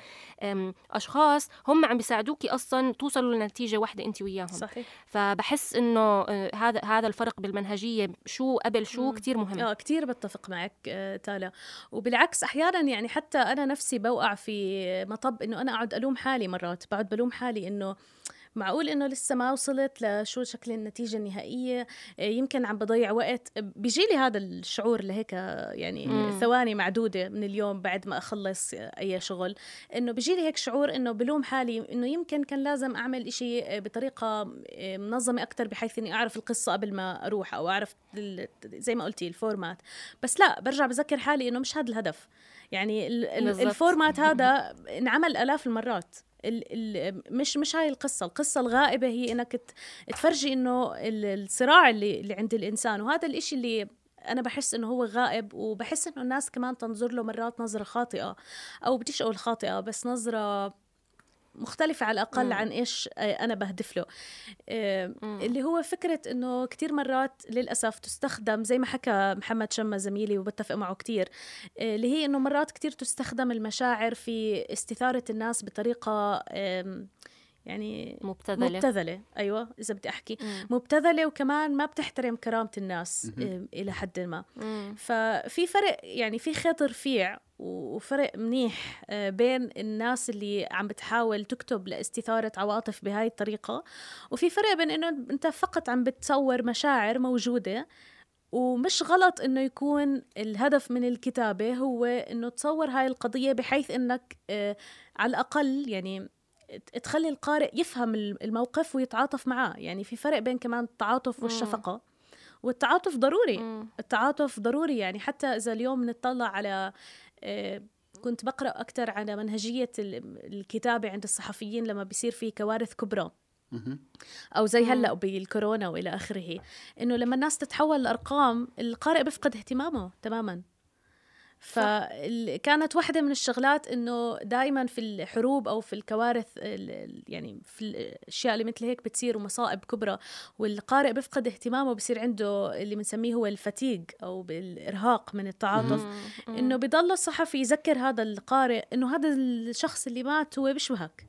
أشخاص هم عم بيساعدوكي أصلا توصلوا لنتيجة واحدة أنت وياهم. صحيح. فبحس إنه هذا الفرق بالمنهجية شو قبل شو كتير مهم. كتير بتفق معك تالا. وبالعكس أحيانا يعني حتى أنا نفسي بوقع في مطب إنه أنا أقعد ألوم حالي، مرات بقعد بلوم حالي إنه معقول إنه لسه ما وصلت لشو شكل النتيجة النهائية، يمكن عم بضيع وقت. بيجيلي هذا الشعور لهيك يعني ثواني معدودة من اليوم بعد ما أخلص أي شغل، إنه بيجيلي هيك شعور إنه بلوم حالي إنه يمكن كان لازم أعمل إشي بطريقة منظمة أكتر بحيث إني أعرف القصة قبل ما أروح أو أعرف زي ما قلتي الفورمات. بس لا، برجع بذكر حالي إنه مش هذا الهدف. يعني الفورمات هذا انعمل آلاف المرات. مش هاي القصة الغائبة هي إنك تفرجي إنه الصراع اللي عند الإنسان. وهذا الإشي اللي أنا بحس إنه هو غائب، وبحس إنه الناس كمان تنظر له مرات نظرة خاطئة، أو بديش أقول خاطئة بس نظرة مختلفة على الأقل عن إيش أنا بهدف له. اللي هو فكرة إنه كتير مرات للأسف تستخدم زي ما حكى محمد شمة زميلي وبتفق معه كتير، اللي هي إنه مرات كتير تستخدم المشاعر في استثارة الناس بطريقة يعني مبتذلة. أيوة إذا بدي أحكي مبتذلة، وكمان ما بتحترم كرامة الناس إلى حد ما. ففي فرق، يعني في خيط رفيع وفرق منيح بين الناس اللي عم بتحاول تكتب لاستثارة عواطف بهاي الطريقة، وفي فرق بين إنه أنت فقط عم بتصور مشاعر موجودة. ومش غلط إنه يكون الهدف من الكتابة هو إنه تصور هاي القضية بحيث إنك على الأقل يعني تخلي القارئ يفهم الموقف ويتعاطف معاه. يعني في فرق بين كمان التعاطف والشفقة، والتعاطف ضروري. التعاطف ضروري، يعني حتى إذا اليوم نطلع على كنت بقرأ أكتر على منهجية الكتابة عند الصحفيين لما بيصير في كوارث كبرى أو زي هلأ بالكورونا وإلى آخره، إنه لما الناس تتحول لأرقام القارئ بيفقد اهتمامه تماماً. فكانت واحدة من الشغلات إنه دائما في الحروب أو في الكوارث، يعني في الأشياء اللي مثل هيك بتصير ومصائب كبرى والقارئ بيفقد اهتمامه، بصير عنده اللي بنسميه هو الفتيج أو بالإرهاق من التعاطف، إنه بيضل الصحفي يذكر هذا القارئ إنه هذا الشخص اللي مات هو بيشبهك،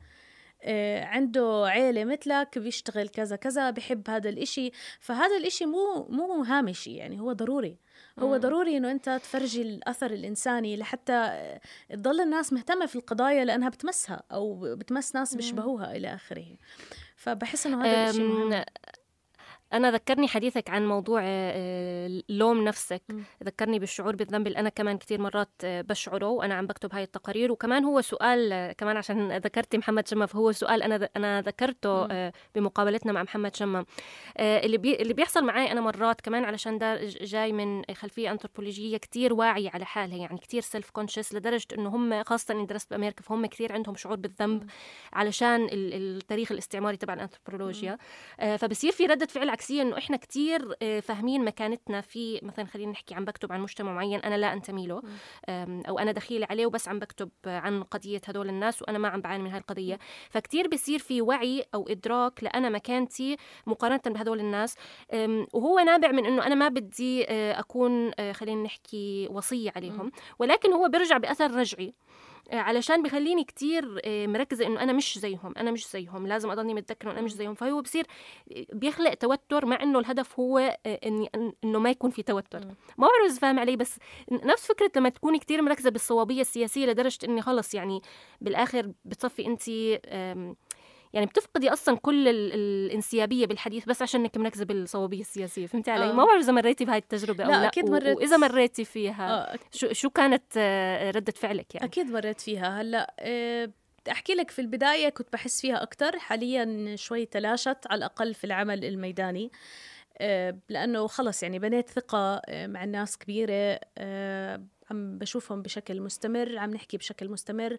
عنده عيلة مثلك، بيشتغل كذا كذا، بيحب هذا الاشي. فهذا الاشي مو هامشي، يعني هو ضروري. هو ضروري انه انت تفرجي الاثر الانساني لحتى تضل الناس مهتمة في القضايا لانها بتمسها او بتمس ناس بيشبهوها الى اخره. فبحس انه هذا الشيء مهم. أنا ذكرني حديثك عن موضوع لوم نفسك، ذكرني بالشعور بالذنب اللي أنا كمان كتير مرات بشعره وأنا عم بكتب هاي التقارير. وكمان هو سؤال كمان عشان ذكرتي محمد شمة، فهو سؤال أنا ذكرته بمقابلتنا مع محمد شمة. اللي بيحصل معي أنا مرات كمان، علشان ده جاي من خلفية أنثروبولوجية كتير واعية على حالها، يعني كتير سيلف كونشس، لدرجة إنه هم خاصة إني درست بأمريكا فهم كتير عندهم شعور بالذنب علشان التاريخ الاستعماري تبع الأنثروبولوجيا. فبصير في ردة فعل عكسية، إنه إحنا كتير فاهمين مكانتنا في، مثلا خلينا نحكي عم بكتب عن مجتمع معين أنا لا أنتمي له، أو أنا دخيلة عليه وبس عم بكتب عن قضية هدول الناس وأنا ما عم بعاني من هاي القضية. فكتير بيصير في وعي أو إدراك لأنا مكانتي مقارنة بهدول الناس، وهو نابع من إنه أنا ما بدي أكون خلينا نحكي وصية عليهم، ولكن هو بيرجع بأثر رجعي علشان بيخليني كتير مركزة إنه أنا مش زيهم، لازم أضلني متذكرة إنه أنا مش زيهم. فهو بصير بيخلق توتر، مع إنه الهدف هو إنه ما يكون في توتر. ما بعرف فاهم علي، بس نفس فكرة لما تكوني كتير مركزة بالصوابية السياسية لدرجة إني خلص يعني بالآخر بتصفي أنتي يعني بتفقدي أصلا كل الانسيابية بالحديث بس عشان إنك مركزة بالصوابية السياسية. فهمتي علي؟ ما بعرف إذا مريتي بهاي التجربة أو لا، أكيد مريت. وإذا مريتي فيها شو كانت ردة فعلك؟ يعني أكيد مريت فيها. هلأ أحكي لك، في البداية كنت بحس فيها أكتر، حاليا شوي تلاشت على الأقل في العمل الميداني، لأنه خلص يعني بنيت ثقة مع الناس كبيرة، عم بشوفهم بشكل مستمر، عم نحكي بشكل مستمر،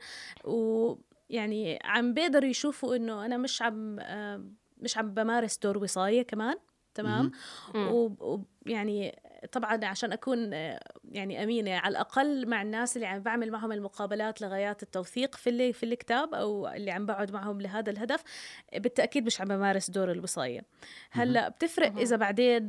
ويعني عم بيقدروا يشوفوا إنه أنا مش عم بمارس دور وصاية كمان. تمام. ويعني طبعا عشان أكون يعني أمينة على الأقل مع الناس اللي عم بعمل معهم المقابلات لغايات التوثيق في الكتاب أو اللي عم بقعد معهم لهذا الهدف، بالتأكيد مش عم بمارس دور الوصاية. هلأ بتفرق إذا بعدين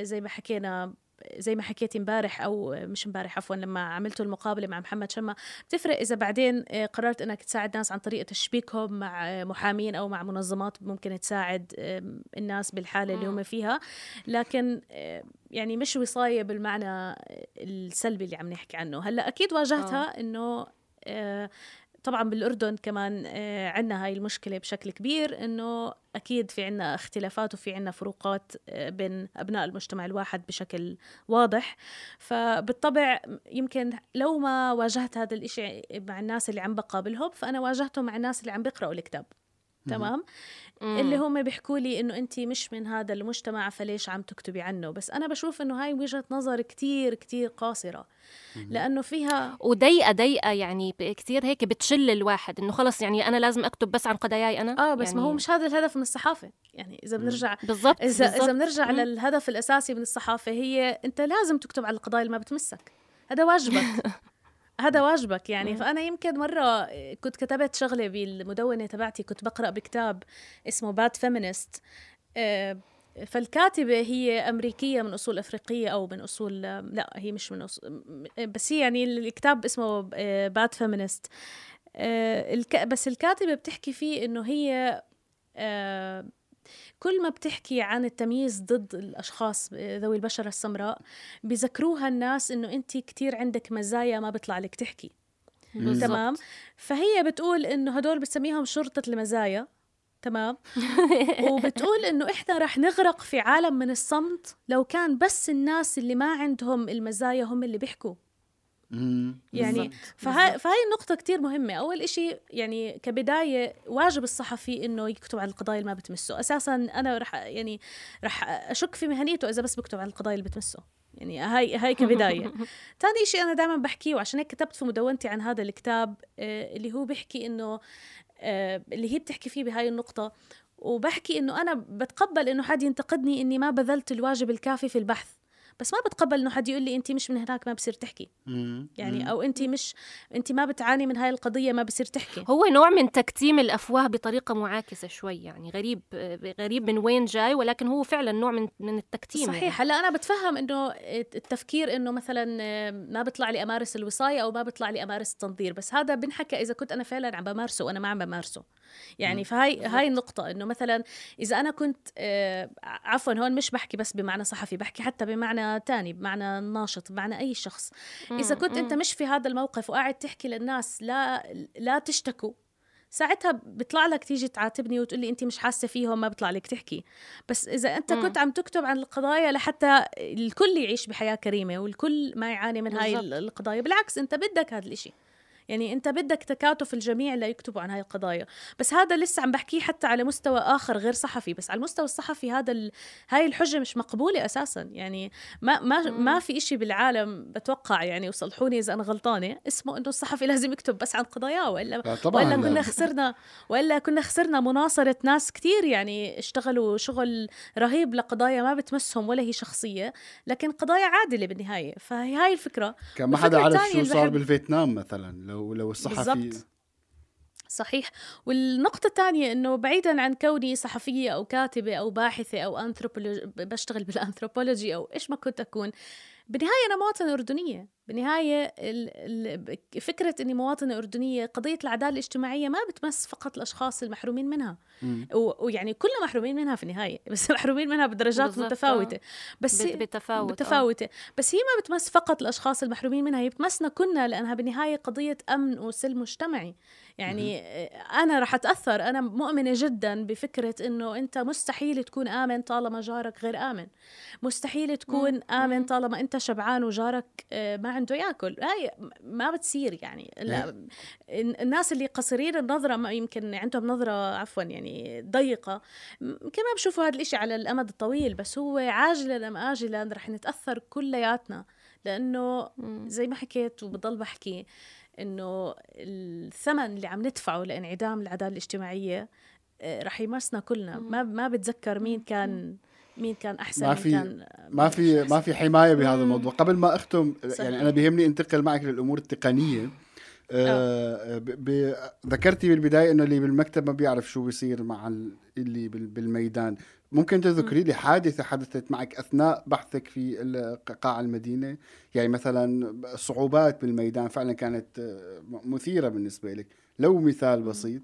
زي ما حكيت امبارح أو مش امبارح عفوا، لما عملتوا المقابلة مع محمد شمة، بتفرق إذا بعدين قررت أنك تساعد ناس عن طريقة تشبيكهم مع محامين أو مع منظمات ممكن تساعد الناس بالحالة اللي هم فيها، لكن يعني مش وصاية بالمعنى السلبي اللي عم نحكي عنه. هلأ أكيد واجهتها إنه طبعا بالأردن كمان عنا هاي المشكلة بشكل كبير، إنه أكيد في عنا اختلافات وفي عنا فروقات بين أبناء المجتمع الواحد بشكل واضح. فبالطبع يمكن لو ما واجهت هذا الإشي مع الناس اللي عم بقابلهم، فأنا واجهته مع الناس اللي عم بيقرأوا الكتاب. تمام. اللي هم بيحكوا لي إنه أنت مش من هذا المجتمع فليش عم تكتبي عنه. بس أنا بشوف إنه هاي وجهة نظر كتير كتير قاصرة، لأنه فيها وضيقة يعني كتير هيك بتشل الواحد إنه خلص يعني أنا لازم أكتب بس عن قضاياي أنا. بس يعني ما هو مش هذا الهدف من الصحافة. يعني إذا بنرجع بالضبط إذا بنرجع للهدف الأساسي من الصحافة، هي أنت لازم تكتب على القضايا اللي ما بتمسك، هذا واجبك. هذا واجبك يعني. فأنا يمكن مرة كنت كتبت شغلة بالمدونة تبعتي، كنت بقرأ بكتاب اسمه باد فيمينست. فالكاتبة هي أمريكية من أصول أفريقية أو من أصول، لا هي مش من أصول، بس هي يعني الكتاب اسمه باد فيمينست. بس الكاتبة بتحكي فيه إنه هي كل ما بتحكي عن التمييز ضد الأشخاص ذوي البشرة السمراء بيذكروها الناس إنه أنت كتير عندك مزايا ما بيطلع لك تحكي. تمام. فهي بتقول إنه هدول بتسميهم شرطة المزايا. تمام. وبتقول إنه إحنا رح نغرق في عالم من الصمت لو كان بس الناس اللي ما عندهم المزايا هم اللي بيحكوا. يعني فهاي النقطة كتير مهمة. أول إشي يعني كبداية واجب الصحفي إنه يكتب عن القضايا اللي ما بتمسه. أساساً أنا رح أشك في مهنيته إذا بس بكتب عن القضايا اللي بتمسه. يعني هاي كبداية. تاني إشي أنا دائما بحكيه، وعشان هيك كتبت في مدونتي عن هذا الكتاب اللي هو بحكي إنه اللي هي بتحكي فيه بهاي النقطة، وبحكي إنه أنا بتقبل إنه حد ينتقدني إني ما بذلت الواجب الكافي في البحث، بس ما بتقبل إنه حد يقول لي أنت مش من هناك ما بصير تحكي. يعني أو أنت ما بتعاني من هاي القضية ما بصير تحكي. هو نوع من تكتيم الأفواه بطريقة معاكسة شوي، يعني غريب من وين جاي، ولكن هو فعلا نوع من التكتيم. صحيح. يعني. هلا أنا بتفهم إنه التفكير إنه مثلا ما بيطلع لي أمارس الوصاية أو ما بيطلع لي أمارس التنظير، بس هذا بنحكى إذا كنت أنا فعلا عم بمارسه وأنا ما عم بمارسه. يعني هاي النقطة إنه مثلا إذا أنا كنت عفوا هون مش بحكي بس بمعنى صحفي، بحكي حتى بمعنى تاني، بمعنى ناشط، بمعنى أي شخص. إذا كنت أنت مش في هذا الموقف وقاعد تحكي للناس لا تشتكوا، ساعتها بيطلع لك تيجي تعاتبني وتقولي أنت مش حاسة فيهم ما بيطلع لك تحكي. بس إذا أنت كنت عم تكتب عن القضايا لحتى الكل يعيش بحياة كريمة والكل ما يعاني من هاي القضايا، بالعكس أنت بدك هذا الإشي. يعني أنت بدك تكاتف الجميع اللي يكتبوا عن هاي القضايا. بس هذا لسه عم بحكيه حتى على مستوى آخر غير صحفي. بس على المستوى الصحفي هاي الحجة مش مقبولة أساسا. يعني ما في إشي بالعالم بتوقع، يعني وصلحوني إذا أنا غلطانة، اسمه إنه الصحفي لازم يكتب بس عن قضاياه، وإلا كنا خسرنا مناصرة ناس كتير يعني اشتغلوا شغل رهيب لقضايا ما بتمسهم ولا هي شخصية، لكن قضايا عادلة بالنهاية. فهي الفكرة. كان ما حدا عارف شو صار بالفيتنام مثلا لو الصحفي بالزبط. صحيح. والنقطة الثانية إنه بعيداً عن كوني صحفية أو كاتبة أو باحثة أو بشتغل بالأنثروبولوجي أو إيش ما كنت أكون، بالنهاية أنا مواطنة أردنية. بالنهاية فكرة إني مواطنة أردنية، قضية العدالة الاجتماعية ما بتمس فقط الأشخاص المحرومين منها، ويعني كلنا محرومين منها في النهاية، بس محرومين منها بدرجات متفاوتة، بس بتفاوتة. بس هي ما بتمس فقط الأشخاص المحرومين منها، هي بتمسنا كلنا، لأنها بالنهاية قضية أمن وسلم مجتمعي. يعني أنا رح أتأثر، أنا مؤمنة جدا بفكرة إنه أنت مستحيل تكون آمن طالما جارك غير آمن، مستحيل تكون آمن طالما أنت شبعان وجارك ما عنده ياكل. هاي ما بتصير. يعني الناس اللي قصيرين النظرة ما يمكن عندهم نظرة يعني ضيقة، كمان بشوفوا هذا الاشي على الأمد الطويل، بس هو عاجلا أم آجلا رح نتأثر كلياتنا، لأنه زي ما حكيت وبضل بحكي إنه الثمن اللي عم ندفعه لانعدام العدالة الاجتماعية رح يمسنا كلنا. ما بتذكر مين كان أحسن، ما في حماية بهذا الموضوع. قبل ما أختم يعني أنا بيهمني انتقل معك للأمور التقنية. ذكرتي بالبداية إنه اللي بالمكتب ما بيعرف شو بيصير مع اللي بالميدان. ممكن تذكري لي حادثة حدثت معك أثناء بحثك في قاع المدينة؟ يعني مثلا صعوبات بالميدان فعلا كانت مثيرة بالنسبة لك، لو مثال بسيط.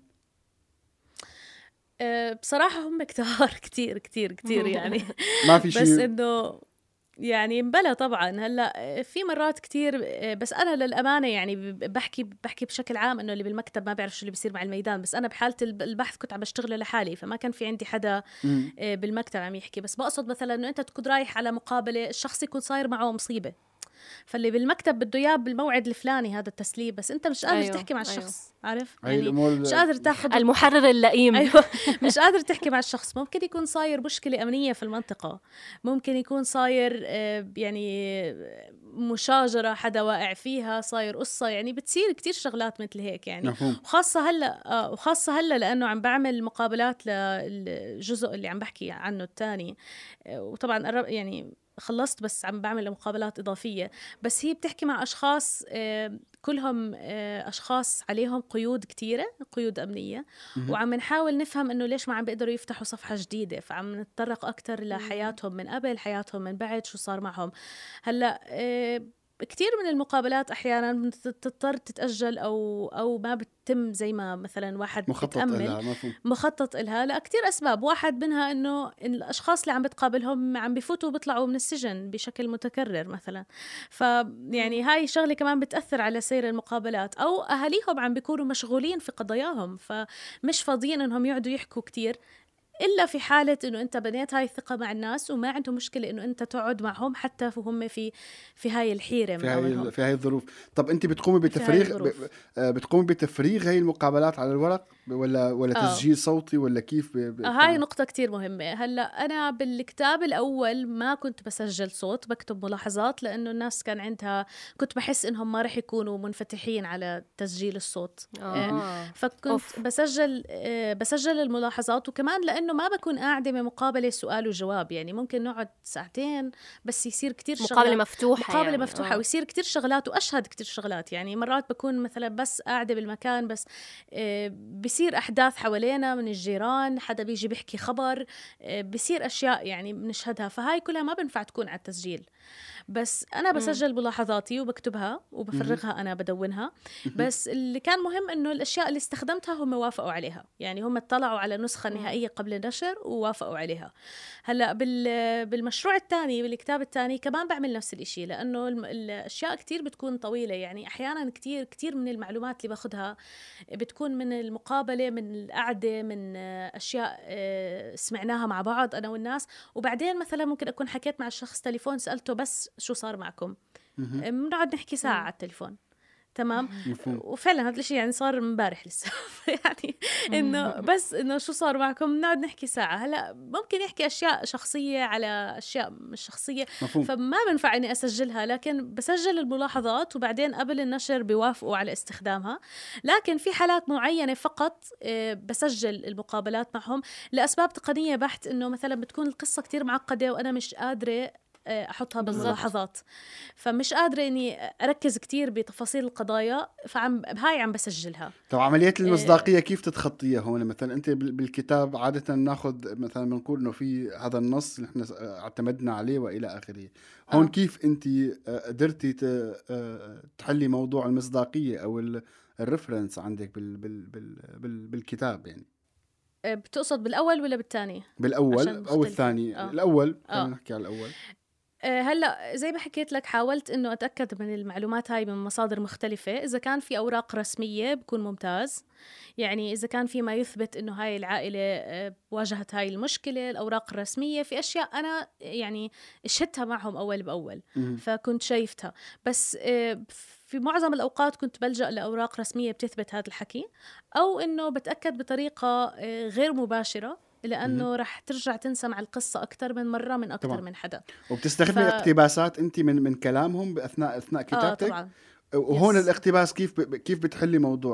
بصراحة هم كتار كتير يعني ما في شيء، بس إنه يعني بلا طبعا. هلا في مرات كتير، بس انا للامانه يعني بحكي بشكل عام انه اللي بالمكتب ما بيعرف شو اللي بيصير مع الميدان. بس انا بحاله البحث كنت عم بشتغل لحالي، فما كان في عندي حدا بالمكتب عم يحكي. بس بقصد مثلا انه انت تكون رايح على مقابله، الشخص يكون صاير معه مصيبه، فاللي بالمكتب بده اياه بالموعد الفلاني هذا التسليم، بس انت مش قادر أيوة. تحكي مع أيوة. الشخص. عارف هاي يعني الأمور مش قادر تاخذ المحرر اللئيم. ايوه مش قادر تحكي مع الشخص. ممكن يكون صاير مشكله امنيه في المنطقه، ممكن يكون صاير يعني مشاجره حدا واقع فيها، صاير قصه، يعني بتصير كتير شغلات مثل هيك يعني. مفهوم. وخاصه هلا لانه عم بعمل مقابلات للجزء اللي عم بحكي عنه الثاني، وطبعا يعني خلصت بس عم بعمل مقابلات إضافية، بس هي بتحكي مع أشخاص كلهم أشخاص عليهم قيود كتيرة، قيود أمنية، وعم نحاول نفهم إنه ليش ما عم بيقدروا يفتحوا صفحة جديدة، فعم نتطرق أكتر لحياتهم من قبل، حياتهم من بعد، شو صار معهم. هلأ كتير من المقابلات أحيانا بتضطر تتأجل أو ما بتتم زي ما مثلا واحد بتأمل مخطط إلها لكتير أسباب. واحد منها إنه الأشخاص اللي عم بتقابلهم عم بفوتوا وبيطلعوا من السجن بشكل متكرر مثلا، فيعني هاي شغلة كمان بتأثر على سير المقابلات، أو أهاليهم عم بيكونوا مشغولين في قضاياهم فمش فاضيين إنهم يقعدوا يحكوا كتير، إلا في حالة إنه أنت بنيت هاي الثقة مع الناس وما عندهم مشكلة إنه أنت تقعد معهم حتى وهم في هاي الحيرة في هاي الظروف. طب أنت بتقومي بتفريغ هاي المقابلات على الورق ولا تسجيل صوتي ولا كيف؟ هاي نقطة كتير مهمة. هلا أنا بالكتاب الأول ما كنت بسجل صوت، بكتب ملاحظات، لأنه الناس كان عندها، كنت بحس إنهم ما رح يكونوا منفتحين على تسجيل الصوت. فكنت بسجل الملاحظات، وكمان لأنه ما بكون قاعدة بمقابلة سؤال وجواب، يعني ممكن نقعد ساعتين بس يصير كتير مقابلة مفتوحة يعني. مفتوحة ويصير كتير شغلات وأشهد كتير شغلات. يعني مرات بكون مثلا بس قاعدة بالمكان، بس بيصير أحداث حوالينا من الجيران، حدا بيجي بيحكي خبر، بيصير أشياء يعني بنشهدها، فهاي كلها ما بنفع تكون على التسجيل. بس أنا بسجل ملاحظاتي وبكتبها وبفرغها، أنا بدونها. بس اللي كان مهم إنه الأشياء اللي استخدمتها هم وافقوا عليها، يعني هم اطلعوا على النسخة النهائية قبل النشر ووافقوا عليها. هلأ بالمشروع الثاني، بالكتاب الثاني، كمان بعمل نفس الإشي، لأنه الأشياء كتير بتكون طويلة. يعني أحيانا كتير من المعلومات اللي باخدها بتكون من المقابلة، من القعدة، من أشياء سمعناها مع بعض أنا والناس، وبعدين مثلا ممكن أكون حكيت مع الشخص تليفون، سألته بس شو صار معكم، بنقعد نحكي ساعة على التليفون. تمام. وفعلا هذا الشيء يعني صار امبارح لسه يعني انه بس انه شو صار معكم، نقعد نحكي ساعة. هلا ممكن يحكي اشياء شخصية على اشياء مش شخصية، فما بنفع اني اسجلها، لكن بسجل الملاحظات وبعدين قبل النشر بيوافقوا على استخدامها. لكن في حالات معينة فقط بسجل المقابلات معهم لاسباب تقنية بحت، انه مثلا بتكون القصة كتير معقدة وانا مش قادرة أحطها بالملاحظات، فمش قادرة إني أركز كتير بتفاصيل القضايا، هاي عم بسجلها. طب عملية المصداقية كيف تتخطيها هون؟ مثلا أنت بالكتاب عادة ناخذ مثلا بنقول إنه في هذا النص اللي إحنا اعتمدنا عليه وإلى آخره. هون كيف أنت قدرتي تحلي موضوع المصداقية أو الريفرنس عندك بالكتاب؟ يعني بتقصد بالأول ولا بالثاني؟ بالأول أو الثاني؟ الأول، خلينا نحكي على الأول. هلأ زي ما حكيت لك، حاولت إنه أتأكد من المعلومات هاي من مصادر مختلفة. إذا كان في أوراق رسمية بكون ممتاز، يعني إذا كان في ما يثبت إنه هاي العائلة واجهت هاي المشكلة، الأوراق الرسمية في أشياء أنا يعني شهدتها معهم أول بأول فكنت شايفتها. بس في معظم الأوقات كنت بلجأ لأوراق رسمية بتثبت هذا الحكي، أو إنه بتأكد بطريقة غير مباشرة، لأنه رح ترجع تنسمع القصة أكتر من مرة من أكتر طبعا. من حدا. وبتستخدمي اقتباسات أنت من كلامهم أثناء كتابتك؟ طبعا. وهون الاقتباس كيف بتحلي موضوع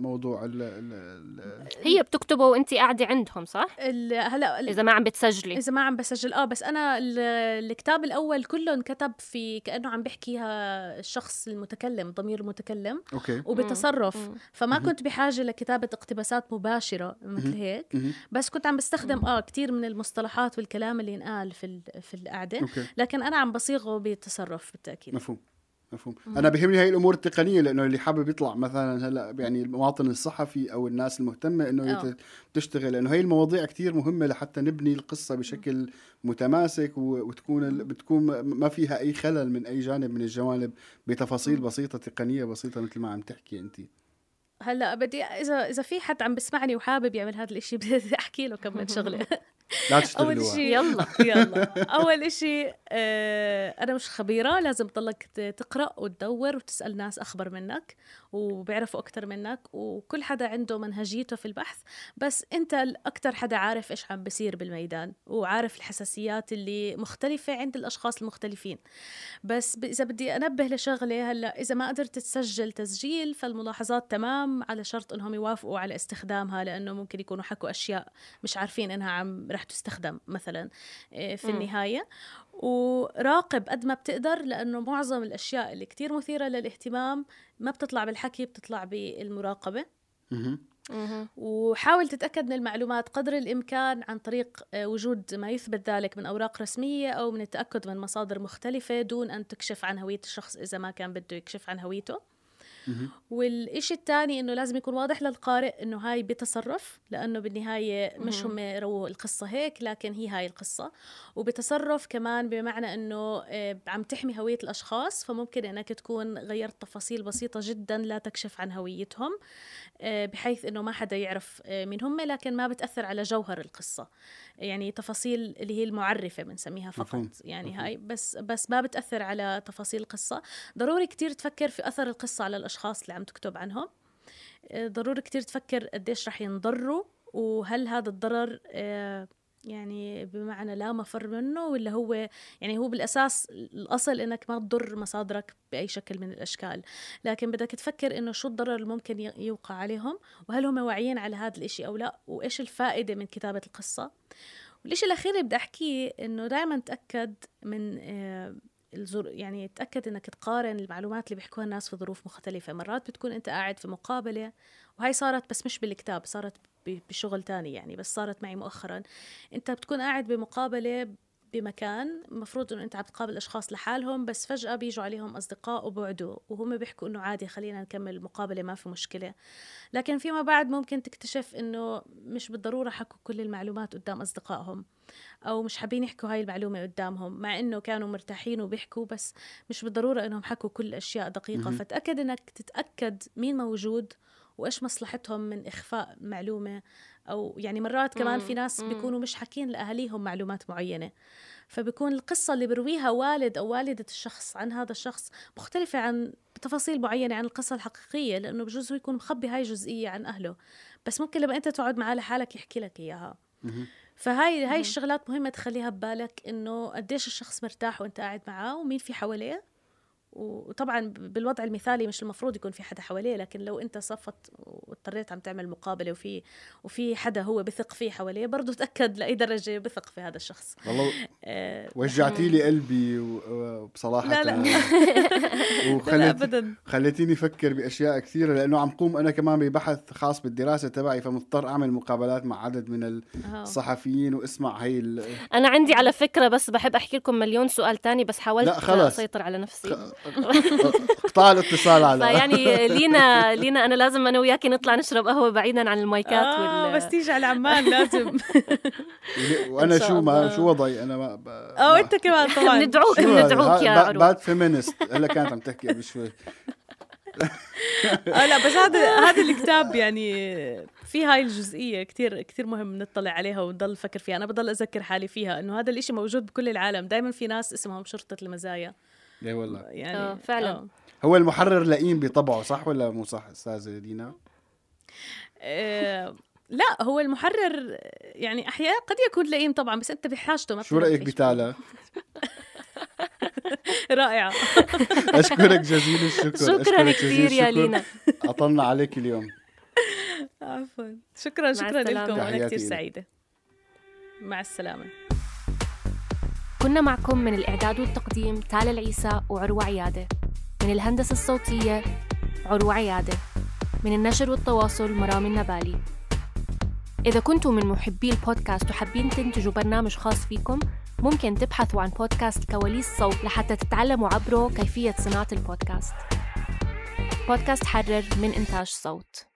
هي بتكتبه وانت قاعده عندهم صح؟ هلا اذا ما عم بتسجلي، اذا ما عم بسجل بس انا الكتاب الاول كله انكتب في كانه عم بحكيها الشخص المتكلم، ضمير المتكلم. أوكي. وبتصرف. فما كنت بحاجه لكتابه اقتباسات مباشره مثل هيك. بس كنت عم بستخدم كتير من المصطلحات والكلام اللي ينقال في القعده. لكن انا عم بصيغه بالتصرف بالتاكيد. مفهوم. أنا بهمني هاي الأمور التقنية، لأنه اللي حابب يطلع مثلا هلا يعني المواطن الصحفي أو الناس المهتمة إنه تشتغل، لأنه هاي المواضيع كتير مهمة لحتى نبني القصة بشكل متماسك بتكون ما فيها أي خلل من أي جانب من الجوانب، بتفاصيل بسيطة تقنية بسيطة مثل ما عم تحكي أنت. هلا بدي اذا في حد عم بسمعني وحابب يعمل هذا الاشي بدي احكي له كم من شغله. لا اول تشتغلوا شيء يلا اول شيء انا مش خبيره، لازم تضلك تقرا وتدور وتسال ناس اخبر منك وبيعرفوا اكثر منك، وكل حدا عنده منهجيته في البحث، بس انت اكثر حدا عارف ايش عم بيصير بالميدان وعارف الحساسيات اللي مختلفه عند الاشخاص المختلفين. بس اذا بدي انبه لشغله، هلا اذا ما قدرت تسجل تسجيل فالملاحظات تمام، على شرط انهم يوافقوا على استخدامها، لانه ممكن يكونوا حكوا اشياء مش عارفين انها رح تستخدم مثلا في النهايه. وراقب قد ما بتقدر، لانه معظم الاشياء اللي كتير مثيره للاهتمام ما بتطلع بالحكي، بتطلع بالمراقبه. وحاول تتأكد من المعلومات قدر الإمكان عن طريق وجود ما يثبت ذلك من أوراق رسمية أو من التأكد من مصادر مختلفة دون أن تكشف عن هوية الشخص إذا ما كان بده يكشف عن هويته. والإشي الثاني إنه لازم يكون واضح للقارئ إنه هاي بتصرف، لأنه بالنهاية مش هم رووا القصة هيك، لكن هي هاي القصة. وبتصرف كمان بمعنى إنه عم تحمي هوية الأشخاص، فممكن إنك تكون غيرت تفاصيل بسيطة جدا لا تكشف عن هويتهم، بحيث إنه ما حدا يعرف مين هم، لكن ما بتأثر على جوهر القصة. يعني تفاصيل اللي هي المعرفة بنسميها فقط، يعني هاي بس ما بتأثر على تفاصيل القصة. ضروري كتير تفكر في أثر القصة على الأشخاص اللي عم تكتب عنهم. ضروري كتير تفكر قديش رح ينضروا، وهل هذا الضرر يعني بمعنى لا مفر منه، ولا هو يعني هو بالأساس الأصل إنك ما تضر مصادرك بأي شكل من الأشكال، لكن بدك تفكر إنه شو الضرر اللي ممكن يوقع عليهم، وهل هم واعيين على هذا الإشي أو لا، وإيش الفائدة من كتابة القصة. والإشي الأخير اللي بدي أحكيه إنه دائما تأكد من يعني تأكد إنك تقارن المعلومات اللي بيحكوها الناس في ظروف مختلفة. مرات بتكون أنت قاعد في مقابلة، وهي صارت بس مش بالكتاب، صارت بشغل تاني يعني، بس صارت معي مؤخرا. أنت بتكون قاعد بمقابلة بمكان مفروض إنه أنت عم تقابل أشخاص لحالهم، بس فجأة بيجوا عليهم أصدقاء وبعدوا، وهم بيحكوا إنه عادي خلينا نكمل المقابلة ما في مشكلة. لكن فيما بعد ممكن تكتشف إنه مش بالضرورة حكوا كل المعلومات قدام أصدقائهم، أو مش حابين يحكوا هاي المعلومة قدامهم، مع إنه كانوا مرتاحين وبيحكوا، بس مش بالضرورة إنهم حكوا كل أشياء دقيقة. فتأكد إنك تتأكد مين موجود وإيش مصلحتهم من إخفاء معلومة، أو يعني مرات كمان في ناس بيكونوا مش حاكين لأهليهم معلومات معينة، فبيكون القصة اللي برويها والد أو والدة الشخص عن هذا الشخص مختلفة عن تفاصيل معينة عن القصة الحقيقية، لأنه بجوز هو يكون مخبي هاي جزئية عن أهله، بس ممكن لما أنت تقعد معاه لحالك يحكي لك إياها. فهاي الشغلات مهمة تخليها ببالك، إنه قديش الشخص مرتاح وأنت قاعد معاه، ومين في حواليه. وطبعا بالوضع المثالي مش المفروض يكون في حدا حواليه، لكن لو انت صفت واضطريت عم تعمل مقابله وفي حدا هو بثق فيه حواليه، برضو تاكد لاي درجه بثق في هذا الشخص. والله وجعتي لي قلبي وبصراحه لا خليتيني افكر باشياء كثيره، لانه عم قوم انا كمان ببحث خاص بالدراسه تبعي، فمضطر اعمل مقابلات مع عدد من الصحفيين واسمع هي انا عندي على فكره، بس بحب احكي لكم مليون سؤال تاني، بس حاولت اسيطر على نفسي. قطع الاتصال على فيعني لينا انا لازم انا وياكي نطلع نشرب قهوه بعيدا عن المايكات بس تيجي على عمان لازم. وانا شو وضعي انا ما انت كمان طبعا ندعوك يا عروة. بعد فيمينست هلا كانت عم تحكي قبل شوي. لا بس هذا الكتاب يعني في هاي الجزئية كتير مهم نطلع عليها ونضل نفكر فيها. أنا بضل أذكر حالي فيها إنه هذا الإشي موجود بكل العالم، دايما في ناس اسمهم شرطة المزايا. اي والله يعني فعلا. هو المحرر لئيم بطبعه، صح ولا مو صح أستاذة دينا؟ لا، هو المحرر يعني أحيانا قد يكون لئيم طبعا، بس أنت بحاجته. شو رأيك بتالا؟ رائعة. أشكرك جزيل الشكر. شكرا كثير يا لينا، أطلنا عليك اليوم. عفوا، شكرا لكم، أنا كثير سعيدة. مع السلامة. كنا معكم من الإعداد والتقديم تالا العيسى وعروة عيادة، من الهندسة الصوتية عروة عيادة، من النشر والتواصل مرام النبالي. إذا كنتم من محبي البودكاست وحابين تنتجوا برنامج خاص فيكم، ممكن تبحثوا عن بودكاست كواليس صوت لحتى تتعلموا عبره كيفية صناعة البودكاست. بودكاست حرر من إنتاج صوت.